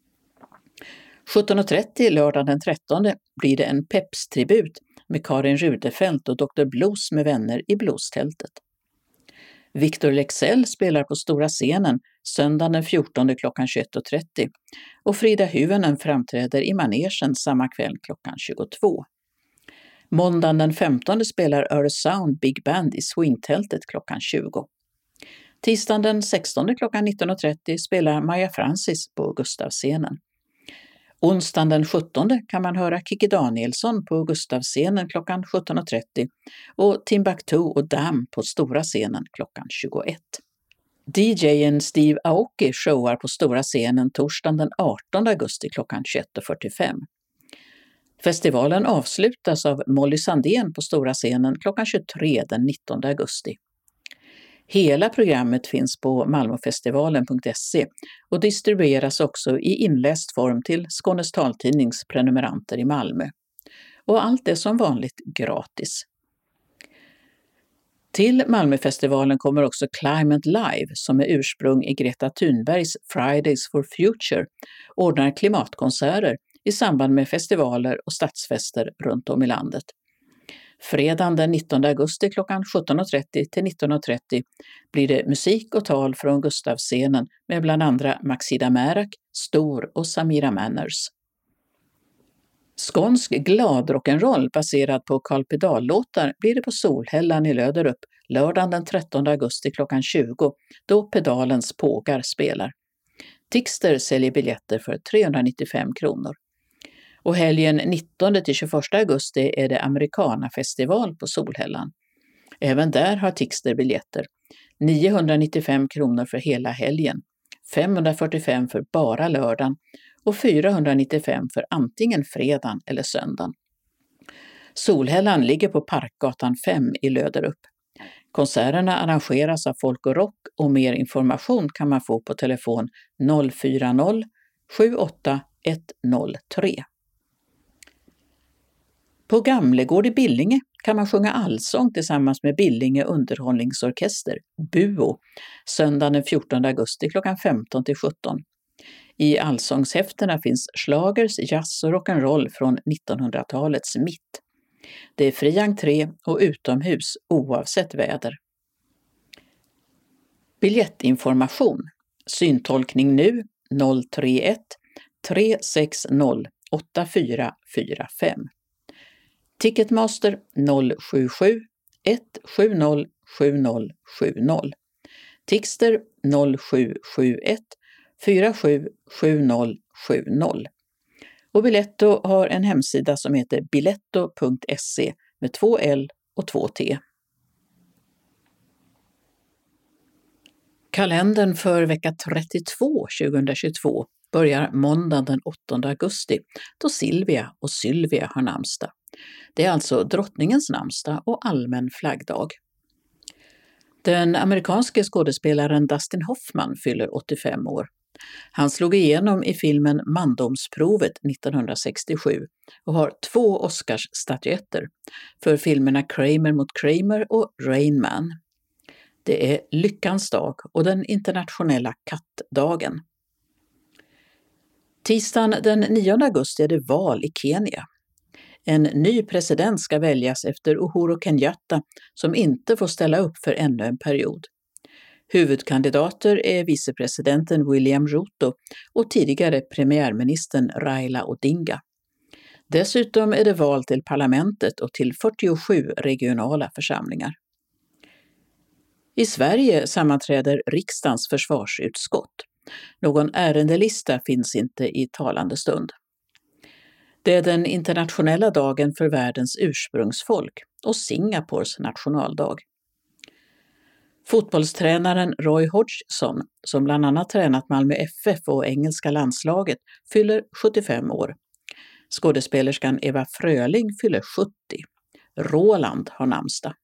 17.30 lördag den 13 blir det en Peps-tribut med Karin Rudefelt och Dr. Blues med vänner i Bluestältet. Victor Lexell spelar på stora scenen söndagen den 14 klockan 21.30 och Frida Hyvönen framträder i manegen samma kväll klockan 22. Måndagen den 15 spelar Öresound Big Band i Swingtältet klockan 20. Tisdagen den 16 klockan 19.30 spelar Maja Francis på Gustavscenen. Onsdagen den 17 kan man höra Kikki Danielsson på Gustavscenen klockan 17.30 och Timbuktu och Dam på stora scenen klockan 21. DJ:n Steve Aoki showar på stora scenen torsdagen den 18 augusti klockan 21.45. Festivalen avslutas av Molly Sandén på stora scenen klockan 23 den 19 augusti. Hela programmet finns på malmofestivalen.se och distribueras också i inläst form till Skånes taltidnings prenumeranter i Malmö. Och allt är som vanligt gratis. Till Malmöfestivalen kommer också Climate Live, som är ursprung i Greta Thunbergs Fridays for Future, ordnar klimatkonserter i samband med festivaler och stadsfester runt om i landet. Fredagen den 19 augusti klockan 17.30 till 19.30 blir det musik och tal från Gustavscenen med bland andra Maxida Märak, Stor och Samira Manners. Skånsk glad rock'n'roll baserad på Carl Pedal-låtar blir det på Solhällan i Löderup lördagen den 13 augusti klockan 20 då Pedalens pågar spelar. Tixter säljer biljetter för 395 kronor. Och helgen 19-21 augusti är det Americana-festival på Solhällan. Även där har Tixter biljetter. 995 kronor för hela helgen, 545 för bara lördagen och 495 för antingen fredagen eller söndagen. Solhällan ligger på Parkgatan 5 i Löderup. Konserterna arrangeras av Folk och Rock och mer information kan man få på telefon 040 78 103. På Gamlegård i Billinge kan man sjunga allsång tillsammans med Billinge underhållningsorkester, BUO, söndagen den 14 augusti klockan 15 till 17. I allsångshäftena finns schlagers, jazz och rock'n'roll från 1900-talets mitt. Det är fri entré och utomhus oavsett väder. Biljettinformation. Syntolkning nu 031 360 8445. Ticketmaster 077 170 7070. Tixter 0771 477070. Och Biletto har en hemsida som heter biletto.se med 2 L och 2 T. Kalendern för vecka 32 2022 börjar måndagen den 8 augusti då Silvia och Sylvia har namnsdag. Det är alltså drottningens namnsdag och allmän flaggdag. Den amerikanske skådespelaren Dustin Hoffman fyller 85 år. Han slog igenom i filmen Mandomsprovet 1967 och har 2 Oscarsstatyetter för filmerna Kramer mot Kramer och Rain Man. Det är Lyckans dag och den internationella kattdagen. Tisdagen den 9 augusti är det val i Kenya. En ny president ska väljas efter Uhuru Kenyatta som inte får ställa upp för ännu en period. Huvudkandidater är vicepresidenten William Ruto och tidigare premiärministern Raila Odinga. Dessutom är det val till parlamentet och till 47 regionala församlingar. I Sverige sammanträder riksdagens försvarsutskott. Någon ärendelista finns inte i talande stund. Det är den internationella dagen för världens ursprungsfolk och Singapores nationaldag. Fotbollstränaren Roy Hodgson, som bland annat tränat Malmö FF och engelska landslaget, fyller 75 år. Skådespelerskan Eva Fröling fyller 70. Roland har namnsdag.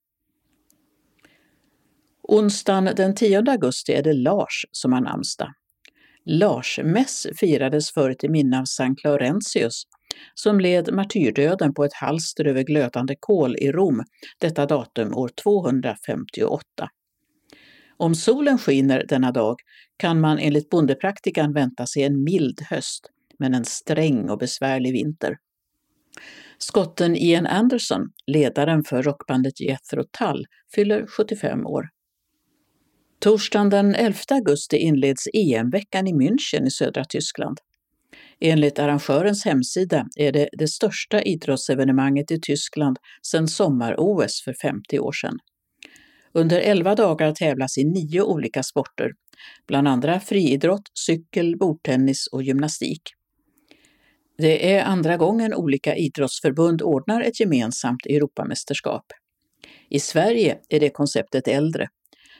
Onsdagen den 10 augusti är det Lars som har namnsdag. Larsmäss firades förr till minne av Sankt Laurentius som led martyrdöden på ett halster över glödande kol i Rom, detta datum år 258. Om solen skiner denna dag kan man enligt bondepraktikan vänta sig en mild höst, men en sträng och besvärlig vinter. Skotten Ian Anderson, ledaren för rockbandet Jethro Tull, fyller 75 år. Torsdagen den 11 augusti inleds EM-veckan i München i södra Tyskland. Enligt arrangörens hemsida är det det största idrottsevenemanget i Tyskland sedan sommar-OS för 50 år sedan. Under 11 dagar tävlas i 9 olika sporter, bland andra friidrott, cykel, bordtennis och gymnastik. Det är andra gången olika idrottsförbund ordnar ett gemensamt Europamästerskap. I Sverige är det konceptet äldre.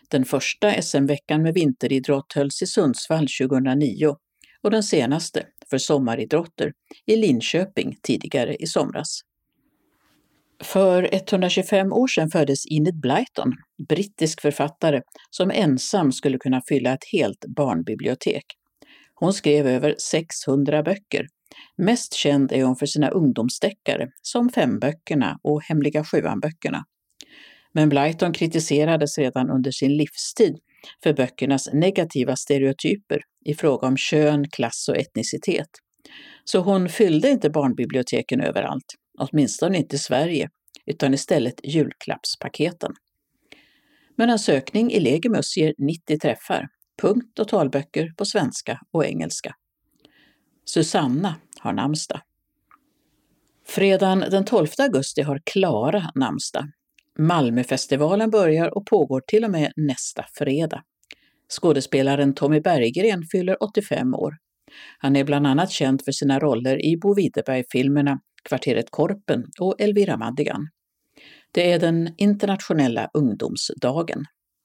Den första SM-veckan med vinteridrott hölls i Sundsvall 2009 och den senaste, för sommaridrotter, i Linköping tidigare i somras. För 125 år sedan föddes Enid Blyton, brittisk författare som ensam skulle kunna fylla ett helt barnbibliotek. Hon skrev över 600 böcker. Mest känd är hon för sina ungdomsdeckare som Femböckerna och Hemliga Sjuan-böckerna. Men Blyton kritiserades redan under sin livstid för böckernas negativa stereotyper i fråga om kön, klass och etnicitet. Så hon fyllde inte barnbiblioteken överallt, åtminstone inte i Sverige, utan istället julklappspaketen. Men en sökning i Legimus ger 90 träffar, punkt- och talböcker på svenska och engelska. Susanna har namnsdag. Fredagen den 12 augusti har Klara namnsdag. Malmöfestivalen börjar och pågår till och med nästa fredag. Skådespelaren Tommy Berggren fyller 85 år. Han är bland annat känd för sina roller i Bo Widerberg-filmerna Kvarteret Korpen och Elvira Madigan. Det är den internationella ungdomsdagen.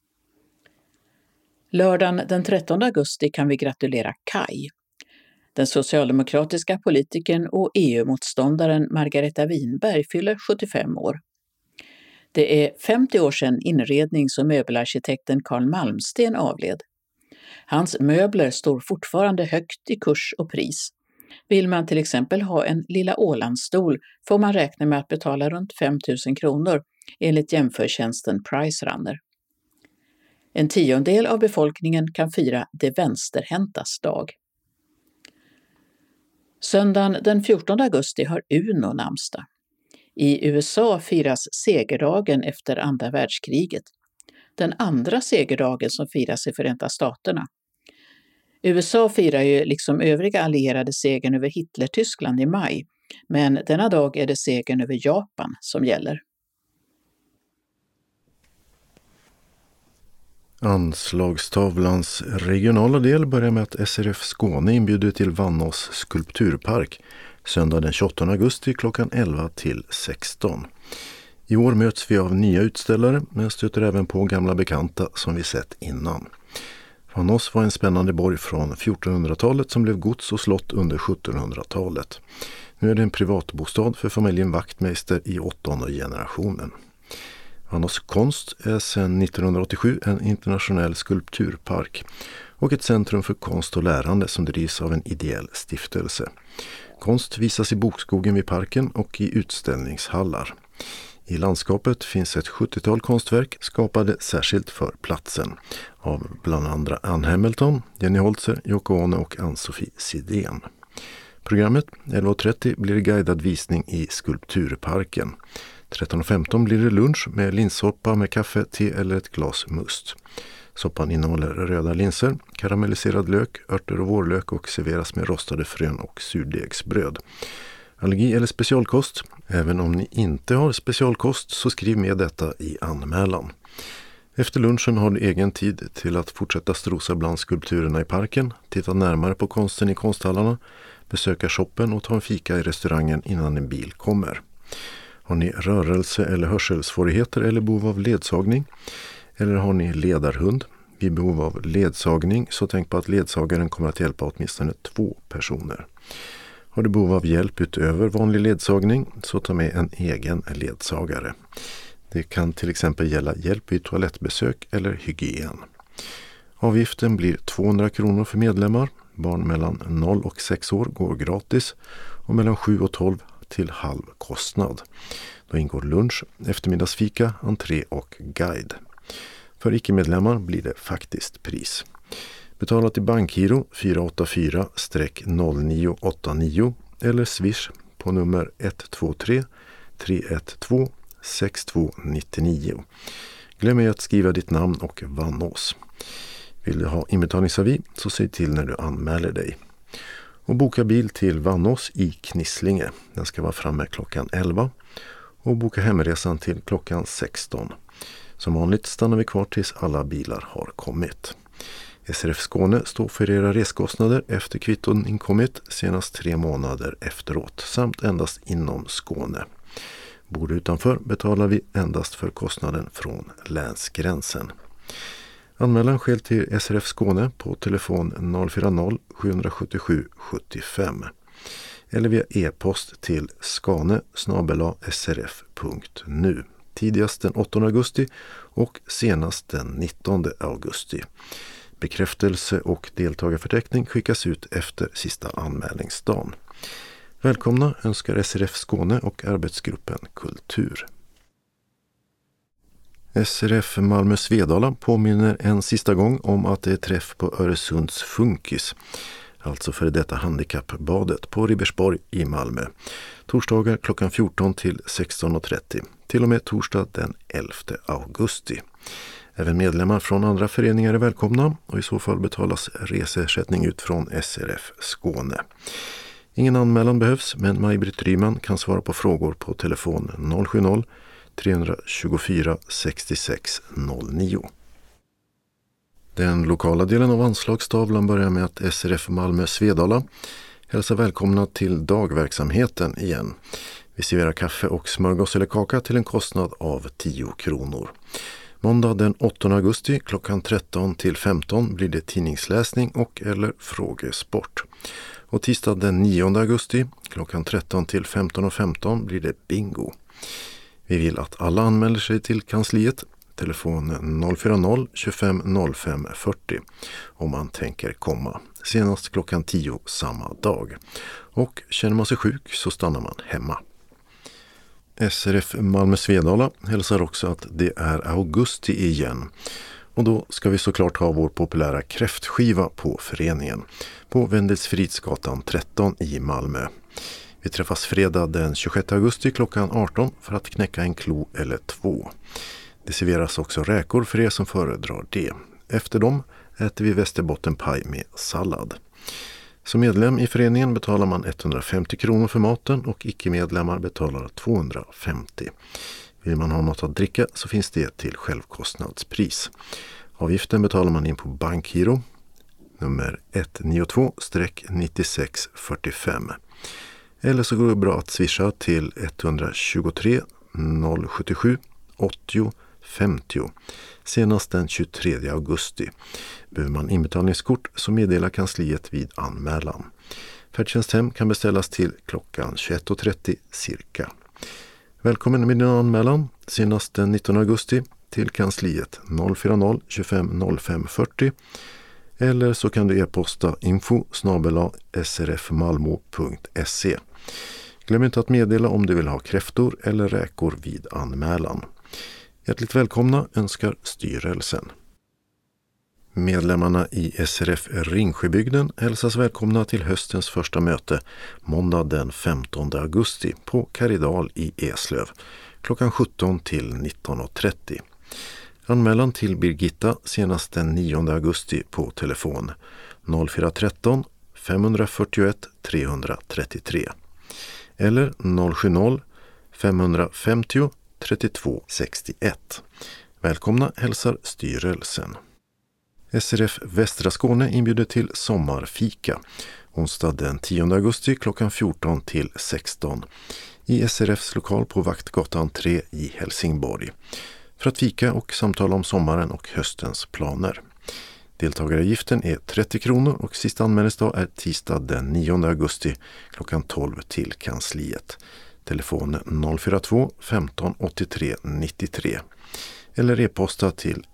Lördagen den 13 augusti kan vi gratulera Kaj. Den socialdemokratiska politikern och EU-motståndaren Margareta Winberg fyller 75 år. Det är 50 år sedan inrednings- och möbelarkitekten Carl Malmsten avled. Hans möbler står fortfarande högt i kurs och pris. Vill man till exempel ha en lilla Ålandsstol får man räkna med att betala runt 5 000 kronor enligt jämförtjänsten Pricerunner. 1/10 av befolkningen kan fira det vänsterhäntas dag. Söndagen den 14 augusti har Uno namnsdag. I USA firas segerdagen efter andra världskriget. Den andra segerdagen som firas i Förenta Staterna. USA firar ju liksom övriga allierade segern över Hitler-Tyskland i maj, men denna dag är det segern över Japan som gäller. Anslagstavlans regionala del börjar med att SRF Skåne inbjuder till Vannås skulpturpark söndag den 28 augusti klockan 11 till 16. I år möts vi av nya utställare men stöter även på gamla bekanta som vi sett innan. Vannås var en spännande borg från 1400-talet som blev gods och slott under 1700-talet. Nu är det en privatbostad för familjen Wachtmeister i 8:e generationen. Vannås konst är sedan 1987 en internationell skulpturpark och ett centrum för konst och lärande som drivs av en ideell stiftelse. Konst visas i bokskogen vid parken och i utställningshallar. I landskapet finns ett 70-tal konstverk skapade särskilt för platsen av bland andra Ann Hamilton, Jenny Holzer, Yoko Ono och Ann-Sofie Sidén. Programmet 11:30 blir guidad visning i skulpturparken. 13:15 blir det lunch med linssoppa med kaffe, te eller ett glas must. Soppan innehåller röda linser, karamelliserad lök, örter och vårlök och serveras med rostade frön och surdegsbröd. Allergi eller specialkost? Även om ni inte har specialkost så skriv med detta i anmälan. Efter lunchen har du egen tid till att fortsätta strosa bland skulpturerna i parken, titta närmare på konsten i konsthallarna, besöka shoppen och ta en fika i restaurangen innan en bil kommer. Har ni rörelse- eller hörselsvårigheter eller behov av ledsagning? Eller har ni ledarhund? Vid behov av ledsagning så tänk på att ledsagaren kommer att hjälpa åtminstone 2 personer. Har du behov av hjälp utöver vanlig ledsagning så ta med en egen ledsagare. Det kan till exempel gälla hjälp vid toalettbesök eller hygien. Avgiften blir 200 kronor för medlemmar. Barn mellan 0 och 6 år går gratis och mellan 7 och 12 till halv kostnad. Då ingår lunch, eftermiddagsfika, entré och guide. För icke-medlemmar blir det faktiskt pris. Betala till Bankgiro 484-0989 eller Swish på nummer 123 312 6299. Glöm ej att skriva ditt namn och Vannås. Vill du ha inbetalningsavi så säg till när du anmäler dig. Och boka bil till Vannås i Knislinge. Den ska vara framme klockan 11. Och boka hemresan till klockan 16. Som vanligt stannar vi kvar tills alla bilar har kommit. SRF Skåne står för era reskostnader efter kvitton inkommit senast 3 månader efteråt samt endast inom Skåne. Bor du utanför betalar vi endast för kostnaden från länsgränsen. Anmälan sker till SRF Skåne på telefon 040-777 75 eller via e-post till skane@srf.nu. Tidigast den 8 augusti och senast den 19 augusti. Bekräftelse och deltagarförteckning skickas ut efter sista anmälningsdagen. Välkomna önskar SRF Skåne och arbetsgruppen Kultur. SRF Malmö Svedala påminner en sista gång om att det är träff på Öresunds Funkis, alltså för detta handikappbadet på Ribersborg i Malmö. Torsdagar klockan 14 till 16.30, till och med torsdag den 11 augusti. Även medlemmar från andra föreningar är välkomna och i så fall betalas reseersättning ut från SRF Skåne. Ingen anmälan behövs, men Maj-Britt Ryman kan svara på frågor på telefon 070-324 66 09. Den lokala delen av anslagstavlan börjar med att SRF Malmö Svedala hälsar välkomna till dagverksamheten igen. Vi serverar kaffe och smörgås eller kaka till en kostnad av 10 kronor. Måndag den 8 augusti klockan 13 till 15 blir det tidningsläsning och eller frågesport. Och tisdag den 9 augusti klockan 13 till 15.15 blir det bingo. Vi vill att alla anmäler sig till kansliet. Telefon 040 25 05 40 om man tänker komma. Senast klockan 10 samma dag. Och känner man sig sjuk så stannar man hemma. SRF Malmö Svedala hälsar också att det är augusti igen. Och då ska vi såklart ha vår populära kräftskiva på föreningen. På Wendelsfridsgatan 13 i Malmö. Vi träffas fredag den 26 augusti klockan 18 för att knäcka en klo eller 2. Det serveras också räkor för er som föredrar det. Efter dem äter vi västerbottenpaj med sallad. Som medlem i föreningen betalar man 150 kronor för maten och icke-medlemmar betalar 250. Vill man ha något att dricka så finns det till självkostnadspris. Avgiften betalar man in på bankgiro nummer 192-9645. Eller så går det bra att swisha till 123 077 80 50 senast den 23 augusti. Behöver man inbetalningskort så meddelar kansliet vid anmälan. Färdtjänsthem kan beställas till klockan 21.30 cirka. Välkommen med din anmälan senast den 19 augusti till kansliet 040 25 05 40 eller så kan du e-posta info@srfmalmo.se. Glöm inte att meddela om du vill ha kräftor eller räkor vid anmälan. Hjärtligt välkomna önskar styrelsen. Medlemmarna i SRF Ringsjöbygden hälsas välkomna till höstens första möte måndag den 15 augusti på Karidal i Eslöv klockan 17 till 19.30. Anmälan till Birgitta senast den 9 augusti på telefon 0413 541 333 eller 070 550 32 61. Välkomna hälsar styrelsen. SRF Västra Skåne inbjuder till sommarfika onsdag den 10 augusti klockan 14 till 16 i SRFs lokal på Vaktgatan 3 i Helsingborg för att fika och samtala om sommaren och höstens planer. Deltagaravgiften är 30 kronor och sista anmälningsdag är tisdag den 9 augusti klockan 12 till kansliet. Telefon 042 15 83 93 eller e-posta till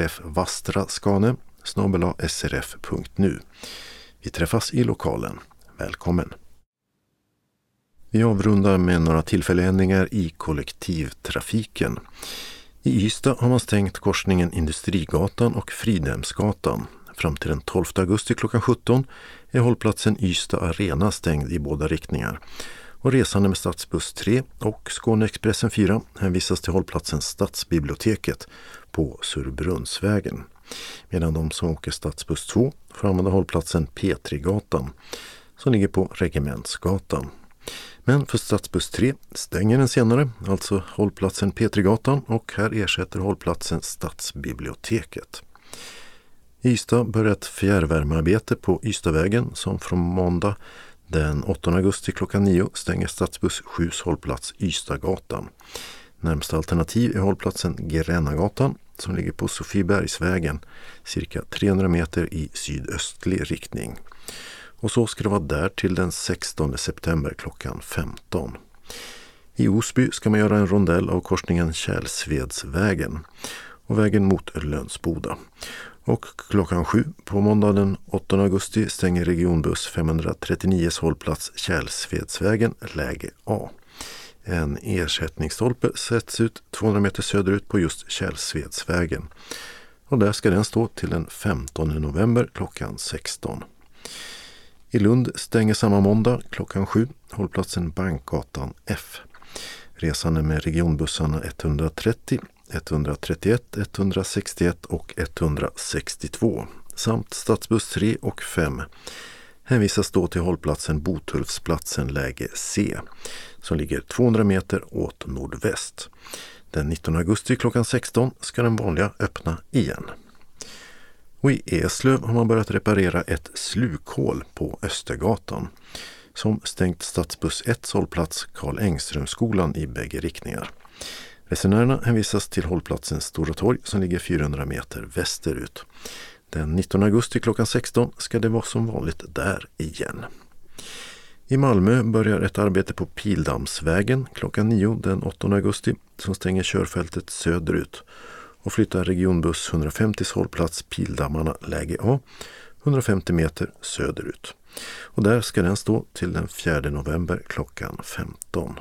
srfvastraskane@srf.nu. Vi träffas i lokalen. Välkommen! Vi avrundar med några tillfälliga ändringar i kollektivtrafiken. I Ystad har man stängt korsningen Industrigatan och Fridhemsgatan. Fram till den 12 augusti klockan 17 är hållplatsen Ystad Arena stängd i båda riktningar. Och resande med Stadsbuss 3 och Skåneexpressen 4 hänvisas till hållplatsen Stadsbiblioteket på Surbrunnsvägen. Medan de som åker Stadsbuss 2 får använda hållplatsen P3-gatan som ligger på Regementsgatan. Men för Stadsbuss 3 stänger den senare, alltså hållplatsen P3-gatan och här ersätter hållplatsen Stadsbiblioteket. I Ystad börjar ett fjärrvärmearbete på Ystadvägen som från måndag den 8 augusti klockan 9 stänger Stadsbuss 7 hållplats Ystadgatan. Närmsta alternativ är hållplatsen Gränagatan som ligger på Sofiebergsvägen, cirka 300 meter i sydöstlig riktning. Och så ska det vara där till den 16 september klockan 15. I Osby ska man göra en rondell av korsningen Kärlsvedsvägen och vägen mot Lönsboda. Och klockan 7 på måndag den 8 augusti stänger regionbuss 539s hållplats Kärlsvedsvägen läge A. En ersättningsstolpe sätts ut 200 meter söderut på just Kärlsvedsvägen. Och där ska den stå till den 15 november klockan 16. I Lund stänger samma måndag klockan 7 hållplatsen Bankgatan F. Resande med regionbussarna 130, 131, 161 och 162 samt stadsbuss 3 och 5 hänvisas då till hållplatsen Boturfsplatsen läge C som ligger 200 meter åt nordväst. Den 19 augusti klockan 16 ska den vanliga öppna igen. Och i Eslöv har man börjat reparera ett slukhål på Östergatan som stängt stadsbuss 1 hållplats Carl Engströmskolan i bägge riktningar. Resenärerna hänvisas till hållplatsen Stora Torg som ligger 400 meter västerut. Den 19 augusti klockan 16 ska det vara som vanligt där igen. I Malmö börjar ett arbete på Pildammsvägen klockan 9 den 8 augusti som stänger körfältet söderut och flyttar regionbuss 150s hållplats Pildammarna läge A 150 meter söderut. Och där ska den stå till den 4 november klockan 15.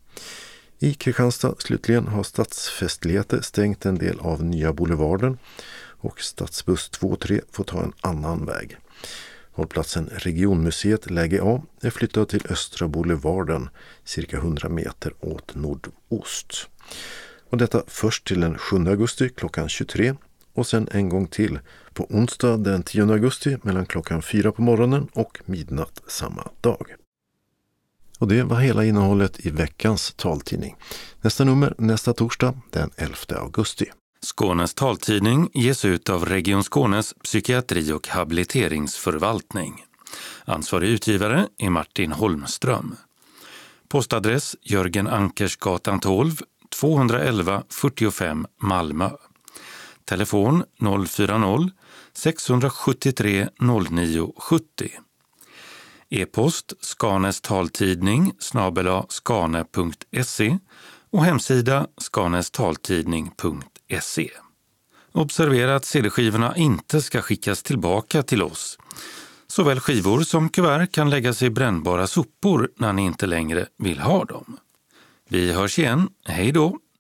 I Kristianstad slutligen har Stadsfestligheter stängt en del av Nya Boulevarden och stadsbuss 2-3 får ta en annan väg. Hållplatsen Regionmuseet läge A är flyttad till Östra Boulevarden cirka 100 meter åt nordost. Och detta först till den 7 augusti klockan 23 och sen en gång till på onsdag den 10 augusti mellan klockan 4 på morgonen och midnatt samma dag. Och det var hela innehållet i veckans taltidning. Nästa nummer nästa torsdag den 11 augusti. Skånes taltidning ges ut av Region Skånes psykiatri- och habiliteringsförvaltning. Ansvarig utgivare är Martin Holmström. Postadress Jörgen Ankersgatan 12, 211 45 Malmö. Telefon 040 673 0970. E-post Skanes taltidning @skane.se och hemsida skanestaltidning.se. Observera att CD-skivorna inte ska skickas tillbaka till oss. Såväl skivor som kuvert kan läggas i brännbara sopor när ni inte längre vill ha dem. Vi hörs igen. Hej då!